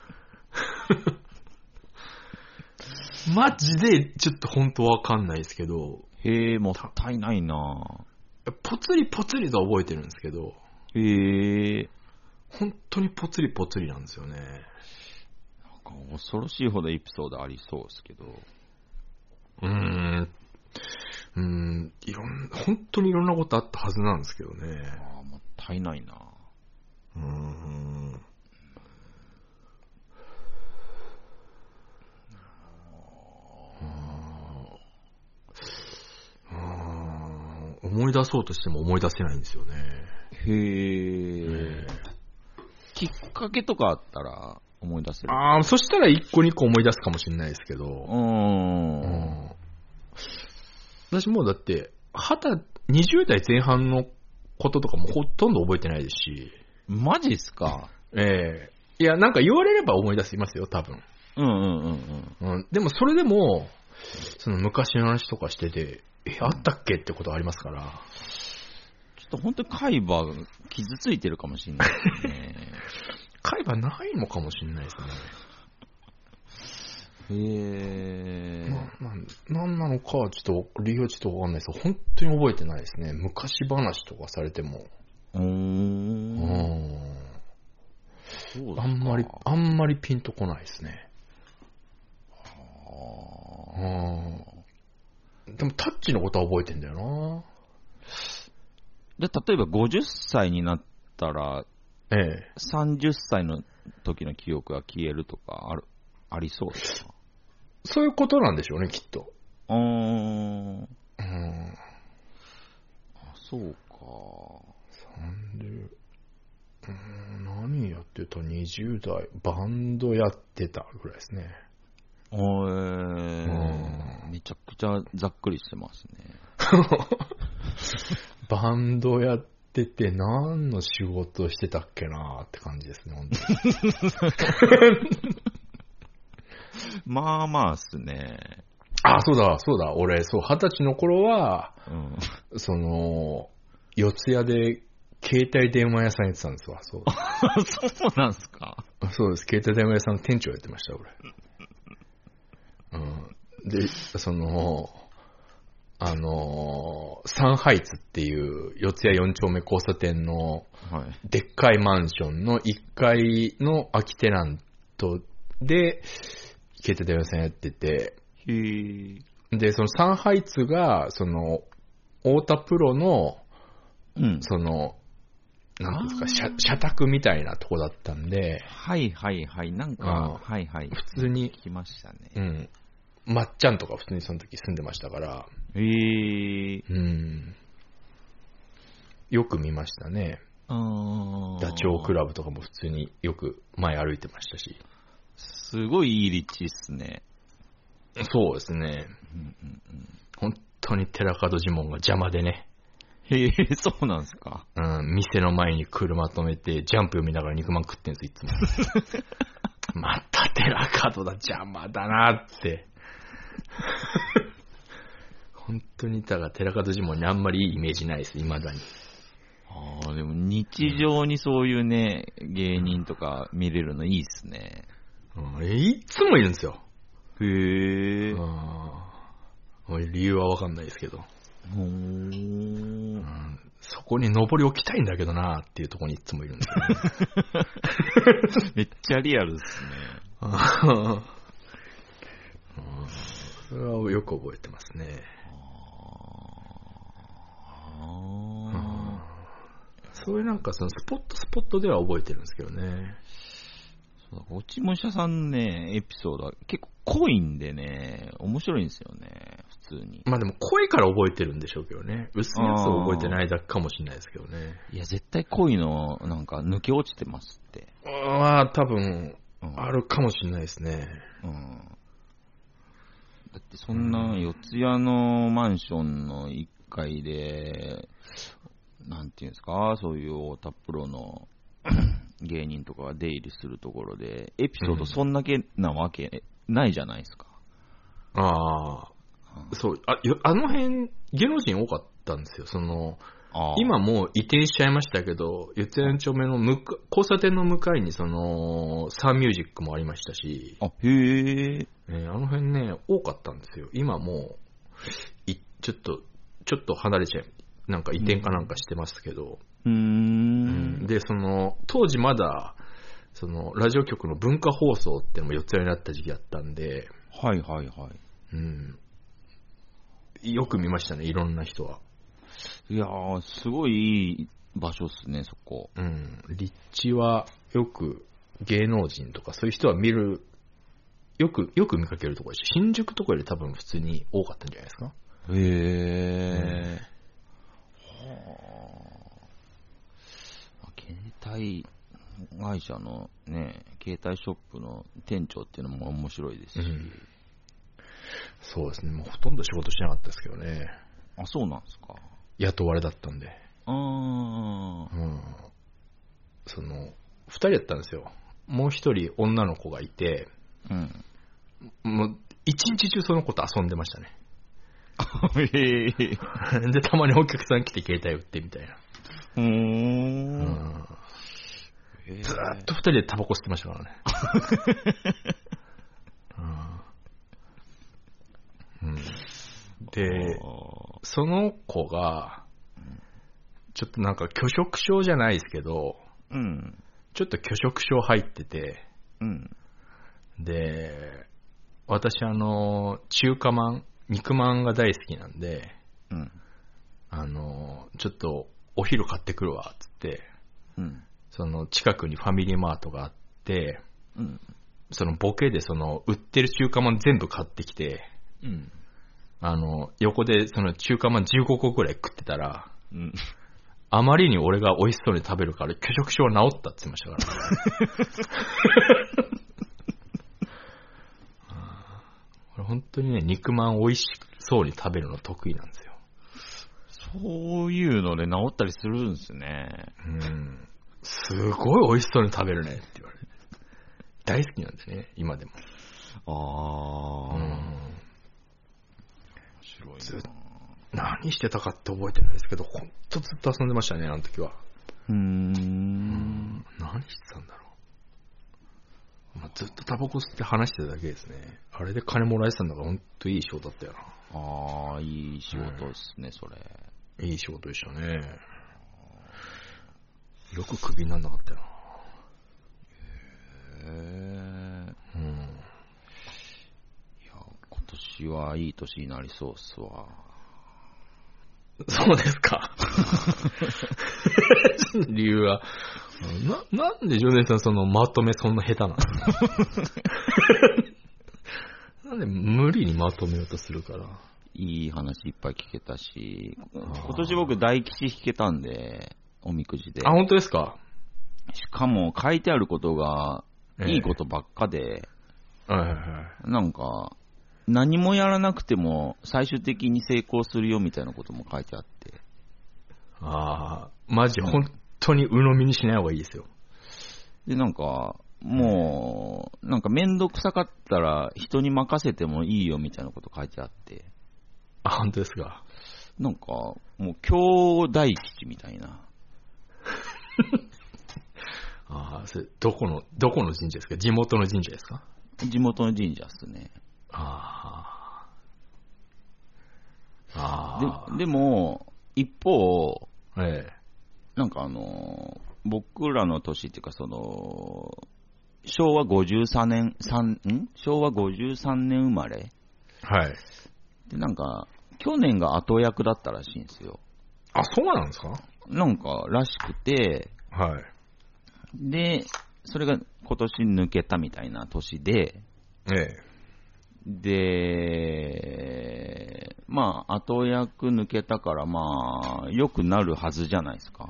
マジでちょっと本当わかんないですけど。 へえ、もったいないなポツリポツリと覚えてるんですけど。 へえ。 本当にポツリポツリなんですよね。なんか恐ろしいほどエピソードありそうですけど。 うーん。うーん。いろん、本当にいろんなことあったはずなんですけどね。 ああ、もったいないなうーん。思い出そうとしても思い出せないんですよね。 へー。きっかけとかあったら思い出せる？ ああ、そしたら一個二個思い出すかもしれないですけど。うーん。うん、私もうだって、はた、にじゅう代前半のこととかもほとんど覚えてないですし。 マジっすか？ ええー。いや、なんか言われれば思い出せますよ、多分。 うんうんうんうん。 うん、でもそれでも、その昔の話とかしてて、え、あったっけってことありますから。 ちょっと本当に海馬傷ついてるかもしれないですね。 海馬ないのかもしれないですね。へー。 な、な、なんなのか、ちょっと理由はちょっとわかんないです。本当に覚えてないですね。昔話とかされても。うーん。うん。あんまり、あんまりピンとこないですね。はあ。でもタッチのことは覚えてんだよな。 で、例えばごじゅっさいになったら、ええ、さんじゅっさいの時の記憶が消えるとかある、ありそうですか？ そういうことなんでしょうね、きっと。うーん。うん。 あ、そうか。 さんじゅう、うーん、何やってた？にじゅう代。バンドやってたぐらいですね。 えー、めちゃくちゃざっくりしてますね。 バンドやってて何の仕事してたっけなーって感じですね、本当に。 まあまあっすね。 あ、そうだ、そうだ。俺、そう、二十歳の頃は、うん、その、四谷で携帯電話屋さんやってたんですわ。そうそうなんすか？ そうです。携帯電話屋さんの店長やってました、俺。うん、で、その、あのー、サンハイツっていう四谷四丁目交差点のでっかいマンションのいっかいの空きテナントで携帯電話屋さんやってて、へー。で、そのサンハイツが、その、太田プロの、うん、その、なんですか、社、社宅みたいなとこだったんで、 はいはいはい、なんか、はいはい。 普通に、 聞きましたね。 うん。まっちゃんとか普通にその時住んでましたから。 へー。 うん。よく見ましたね。あダチョウ倶楽部とかも普通によく前歩いてましたし。 すごいいい立地っすね。 そうですね。うんうんうん、本当に寺門ジモンが邪魔でね。 へえ、そうなんですか。 うん、店の前に車止めて、ジャンプ読みながら肉まん食ってんす、いつも。また寺門だ、邪魔だなって。本当に、だから寺門ジモンにあんまりいいイメージないです、未だに。 ああ、でも日常にそういうね、芸人とか見れるのいいっすね。 うん、いつもいるんですよ。 へえ。 うん、理由はわかんないですけど。 ほー、うん、 そこに登り置きたいんだけどなっていうところにいつもいるんですよ、ね。 めっちゃリアルですね。 それはよく覚えてますね。そういうなんかそのスポットスポットでは覚えてるんですけどね。 そう落ち武者さんのね、エピソードは結構濃いんでね、面白いんですよね、普通に。 まあでも濃いから覚えてるんでしょうけどね。薄いやつを覚えてないだけかもしれないですけどね。 いや、絶対濃いのなんか抜け落ちてますって。 まあ多分、あるかもしれないですね。 うん。だってそんな四谷のマンションのいっかいで、なんていうんですか、そういう太田プロの芸人とかが出入りするところで、エピソードそんだけなわけないじゃないですか。 うん、ああ、うん、そう、あ、あの辺、芸能人多かったんですよ。その、今もう移転しちゃいましたけど、四谷丁目の向か交差点の向かいにその、サンミュージックもありましたし、 あ、へー、 えー、あの辺ね、多かったんですよ。今もう、いちょっと、ちょっと離れちゃう。なんか移転かなんかしてますけど、 うーん、うん、 で、その、当時まだ、その、ラジオ局の文化放送ってのも四谷になった時期だったんで、 はいはいはい。 うん。よく見ましたね、いろんな人は。 いやー、すごいいい場所っすね、そこ。 うん。立地はよく芸能人とかそういう人は見る、よく、よく見かけるところですし、新宿とかより多分普通に多かったんじゃないですか。 へー。携帯会社のね、携帯ショップの店長っていうのも面白いですし、うん、 そうですね、もうほとんど仕事してなかったですけどね。 あ、そうなんですか。 雇われだったんで。 あー、 うん、そのふたりだったんですよ。もうひとり女の子がいて、うん、もう一日中その子と遊んでましたね。 へーでたまにお客さん来て携帯売ってみたいな。 うーん、うんずーっと二人でタバコ吸ってましたからね。うん、で、その子が、ちょっとなんか拒食症じゃないですけど、うん、ちょっと拒食症入ってて、うん、で、私あの、中華まん、肉まんが大好きなんで、うん、あの、ちょっとお昼買ってくるわ、つって、うん、その近くにファミリーマートがあって、うん、そのボケでその売ってる中華まん全部買ってきて、うん、あの横でその中華まんじゅうごこぐらい食ってたら、うん、あまりに俺が美味しそうに食べるから拒食症は治ったって言ってましたからね。これ本当にね、肉まん美味しそうに食べるの得意なんですよ。 そういうので治ったりするんですね。 うん、すごい美味しそうに食べるねって言われて。大好きなんでね、今でも。 ああ、うん、面白いな。何してたかって覚えてないですけど、ほんとずっと遊んでましたね、あの時は。 うーん、うん、 何してたんだろう。まあ、ずっとタバコ吸って話してただけですね。あれで金もらえてたんだから、ほんといい仕事だったよな。 ああ、いい仕事ですね、うん、それ。 いい仕事でしたね。よくクビになんなかったよな。 へぇー。うん。いや、今年はいい年になりそうっすわ。 そうですか。理由は、な、なんでジョネさんそのまとめそんな下手なの？なんで無理にまとめようとするから。 いい話いっぱい聞けたし、今年僕大吉引けたんで、おみくじで。 あ、本当ですか？ しかも書いてあることがいいことばっかで、 えーはいはいはい、 なんか何もやらなくても最終的に成功するよみたいなことも書いてあって。 ああ、マジ本当に鵜呑みにしない方がいいですよ。 で、なんか、もう、なんかめんどくさかったら人に任せてもいいよみたいなこと書いてあって。 あ、本当ですか。 なんか、もう、京大吉みたいな。 ああ、それ、どこの、どこの神社ですか？地元の神社ですか？ 地元の神社っすね。 ああ。ああ。で、でも、一方、 ええ。 なんかあの、僕らの年っていうか、その、しょうわごじゅうさんねん、三んしょうわごじゅうさんねん生まれ。 はい。 で、なんか、去年が後役だったらしいんですよ。 あ、そうなんですか？ なんか、らしくて、 はい。 で、それが今年抜けたみたいな年で、 ええ。 で、まあ、後役抜けたから、まあ、良くなるはずじゃないですか。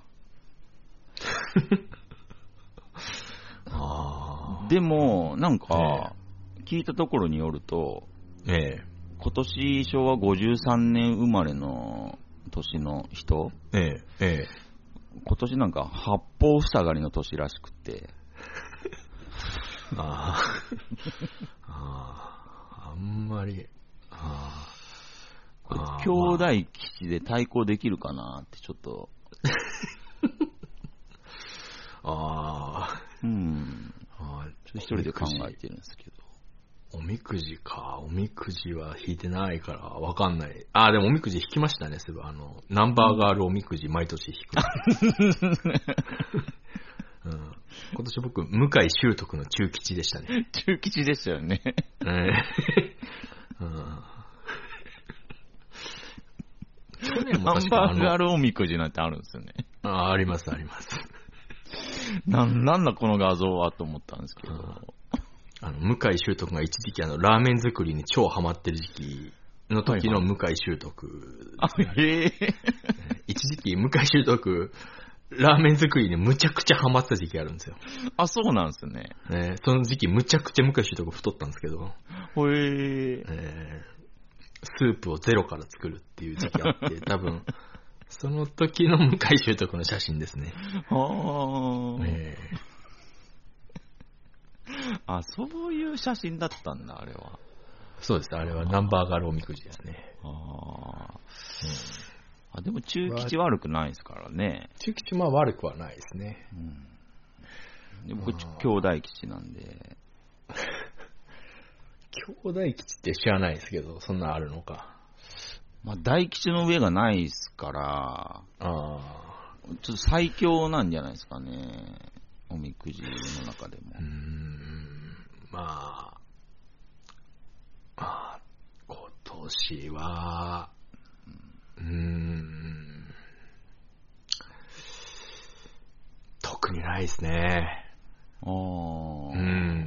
あでも、なんか、聞いたところによると、 ええ。 今年昭和ごじゅうさんねん生まれの年の人、 ええ。ええ。 今年なんか八方塞がりの年らしくて。 ああ。あんまり、あこれ、兄弟基地で対抗できるかなってちょっと。 ああ。 うん。 あ一人で考えてるんですけど。 おみくじか。おみくじは引いてないからわかんない。ああ、でもおみくじ引きましたね。そういえば、あの、ナンバーガールおみくじ毎年引く。うん、今年僕、向井秀徳の中吉でしたね。 中吉でしたよね。 えーうん、去年も確かナンバーガールおみくじなんてあるんですよね。 あ, あります、あります。 な、なんだこの画像はと思ったんですけど。 あの向井秀徳が一時期あのラーメン作りに超ハマってる時期の時の向井秀徳、 はいはい、あ、へえ。 一時期向井秀徳、ラーメン作りにむちゃくちゃハマってた時期あるんですよ。 あ、そうなんですね。 ね、その時期むちゃくちゃ向井秀徳太ったんですけど、 ほえー、 えー、スープをゼロから作るっていう時期あって、多分、その時の向井秀徳の写真ですね。 はあ、 えー。 あ、そういう写真だったんだ、あれは。 そうです、あれはナンバーガールおみくじですね。 あ、うん、あ、でも中吉悪くないですからね。 中吉は悪くはないですね。 うん、で僕、兄弟吉なんで。 兄弟吉って知らないですけど、そんなあるのか。 まあ、大吉の上がないですから、 あ、 ちょっと最強なんじゃないですかね。おみくじの中でも。 うーん、まあ、まあ、今年は、うーん、特にないですね。 あ、 うん、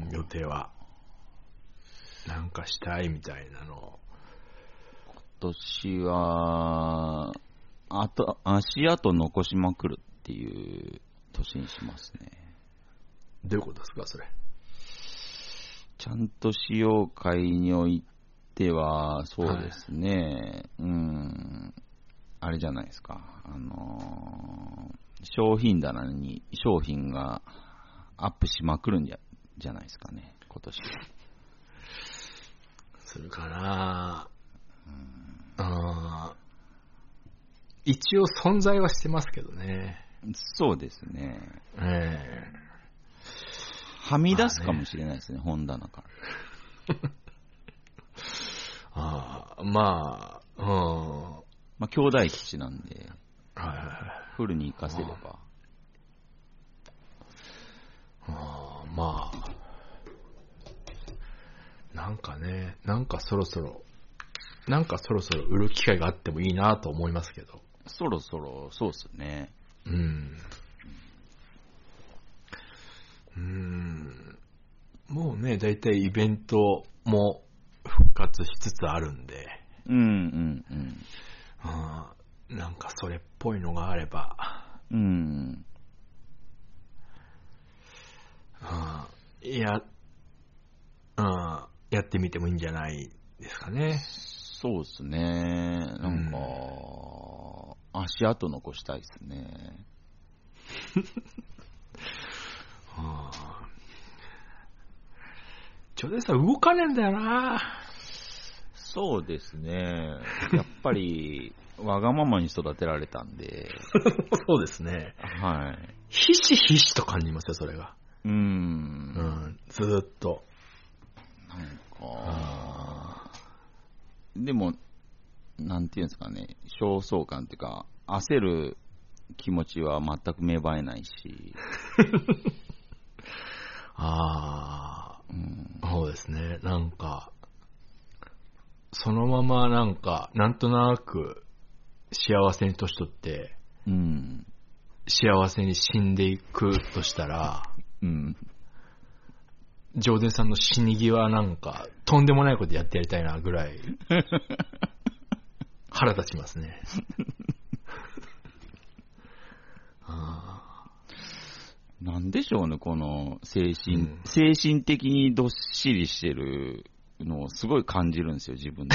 予定は。なんかしたいみたいなの。 今年は、あと、足跡残しまくるっていう年にしますね。 どういうことですか、それ。 ちゃんと使用会においては、そうですね、はい、うん、あれじゃないですか、あのー、商品棚に商品がアップしまくるんじゃ、じゃないですかね、今年は。 するかな、うん、あ、一応存在はしてますけどね。 そうですね。 ええ、 はみ出すかもしれないですね、本棚から。 ああ、まあ、うん。 まあ、兄弟基地なんで、 はい、 フルに活かせれば。 ああ、まあ、なんかね、なんかそろそろ、なんかそろそろ売る機会があってもいいなと思いますけど。 そろそろ、そうっすね。 うん。うーん、もうね、だいたいイベントも復活しつつあるんで、 うんうんうん。 あ、なんかそれっぽいのがあれば、 うん。 あ、いや、あ、やってみてもいいんじゃないですかね。 そうですね。なんか、うん、足跡残したいですね。 はあ、ちょうどさ、動かねえんだよな。 そうですね。やっぱり、わがままに育てられたんで。 そうですね。 はい。 ひしひしと感じますよ、それが。 うーん。うんん。ずーっと。 なんか、でも、なんていうんですかね、焦燥感っていうか、焦る気持ちは全く芽生えないし。 ああ、 うん、 そうですね。なんか、そのままなんか、なんとなく幸せに年取って、 うん、 幸せに死んでいくとしたら、 うん、 ジョーデンさんの死に際なんか、とんでもないことやってやりたいなぐらい、腹立ちますね。 なんでしょうね、この精神、うん、精神的にどっしりしてるのをすごい感じるんですよ、自分で。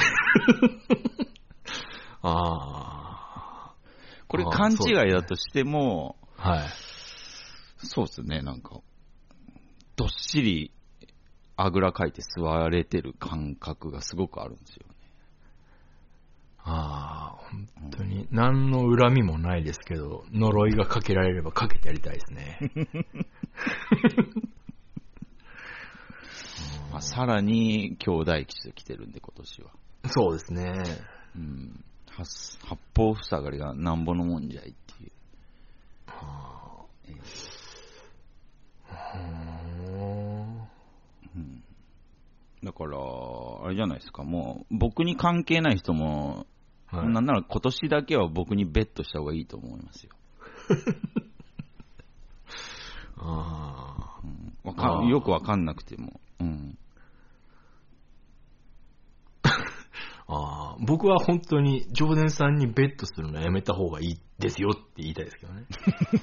ああ。 これ勘違いだとしても、 ね、はい。 そうですね、なんか、どっしりあぐらかいて座れてる感覚がすごくあるんですよね。 ああ、本当に、何の恨みもないですけど、呪いがかけられればかけてやりたいですね。 まあ、さらに兄弟騎士が来てるんで、今年は。 そうですね。 うん、八, 八方塞がりがなんぼのもんじゃいっていう。はあ、えーうん、だから、あれじゃないですか、もう僕に関係ない人も、はい、なんなら今年だけは僕にベットした方がいいと思いますよ。あ、うん、わかんよくわかんなくても。うん、 あ、僕は本当にジョーデンさんにベットするのやめた方がいいですよって言いたいですけどね。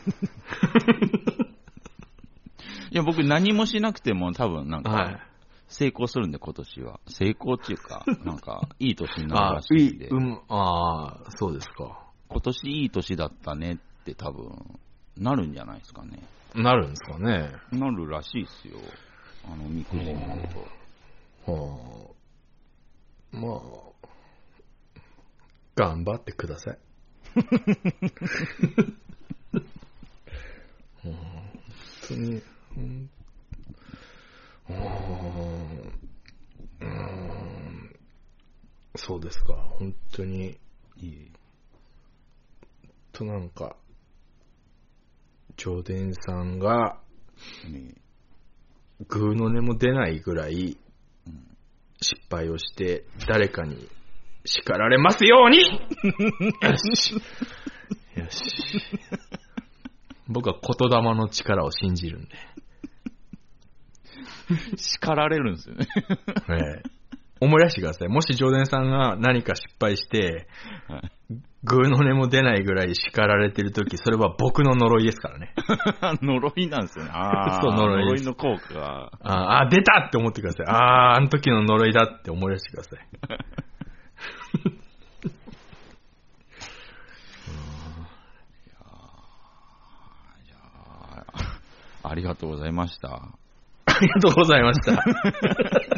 いや、僕何もしなくても多分なんか成功するんで、今年は。成功っていうか、なんかいい年になるらしいんで。 あ、いい、うん、ああ、そうですか。 今年いい年だったねって多分なるんじゃないですかね。 なるんですかね。 なるらしいですよ。あの、みくじ見ると。 はあ。まあ、頑張ってください。本当に、うん、うん、そうですか、本当に。いいとなんか、ジョーデンさんが、グーの音も出ないぐらい失敗をして誰かに叱られますように。よしよし、僕は言霊の力を信じるんで。 叱られるんですよね。 ええ、思い出してください。もしジョーデンさんが何か失敗して、はい、グーの音も出ないぐらい叱られてるとき、それは僕の呪いですからね。 呪いなんですよね。ああ、そう、呪い呪いの効果が。 ああ、出たって思ってください。ああ、あの時の呪いだって思い出してください。 いや、ありがとうございました。 ありがとうございました。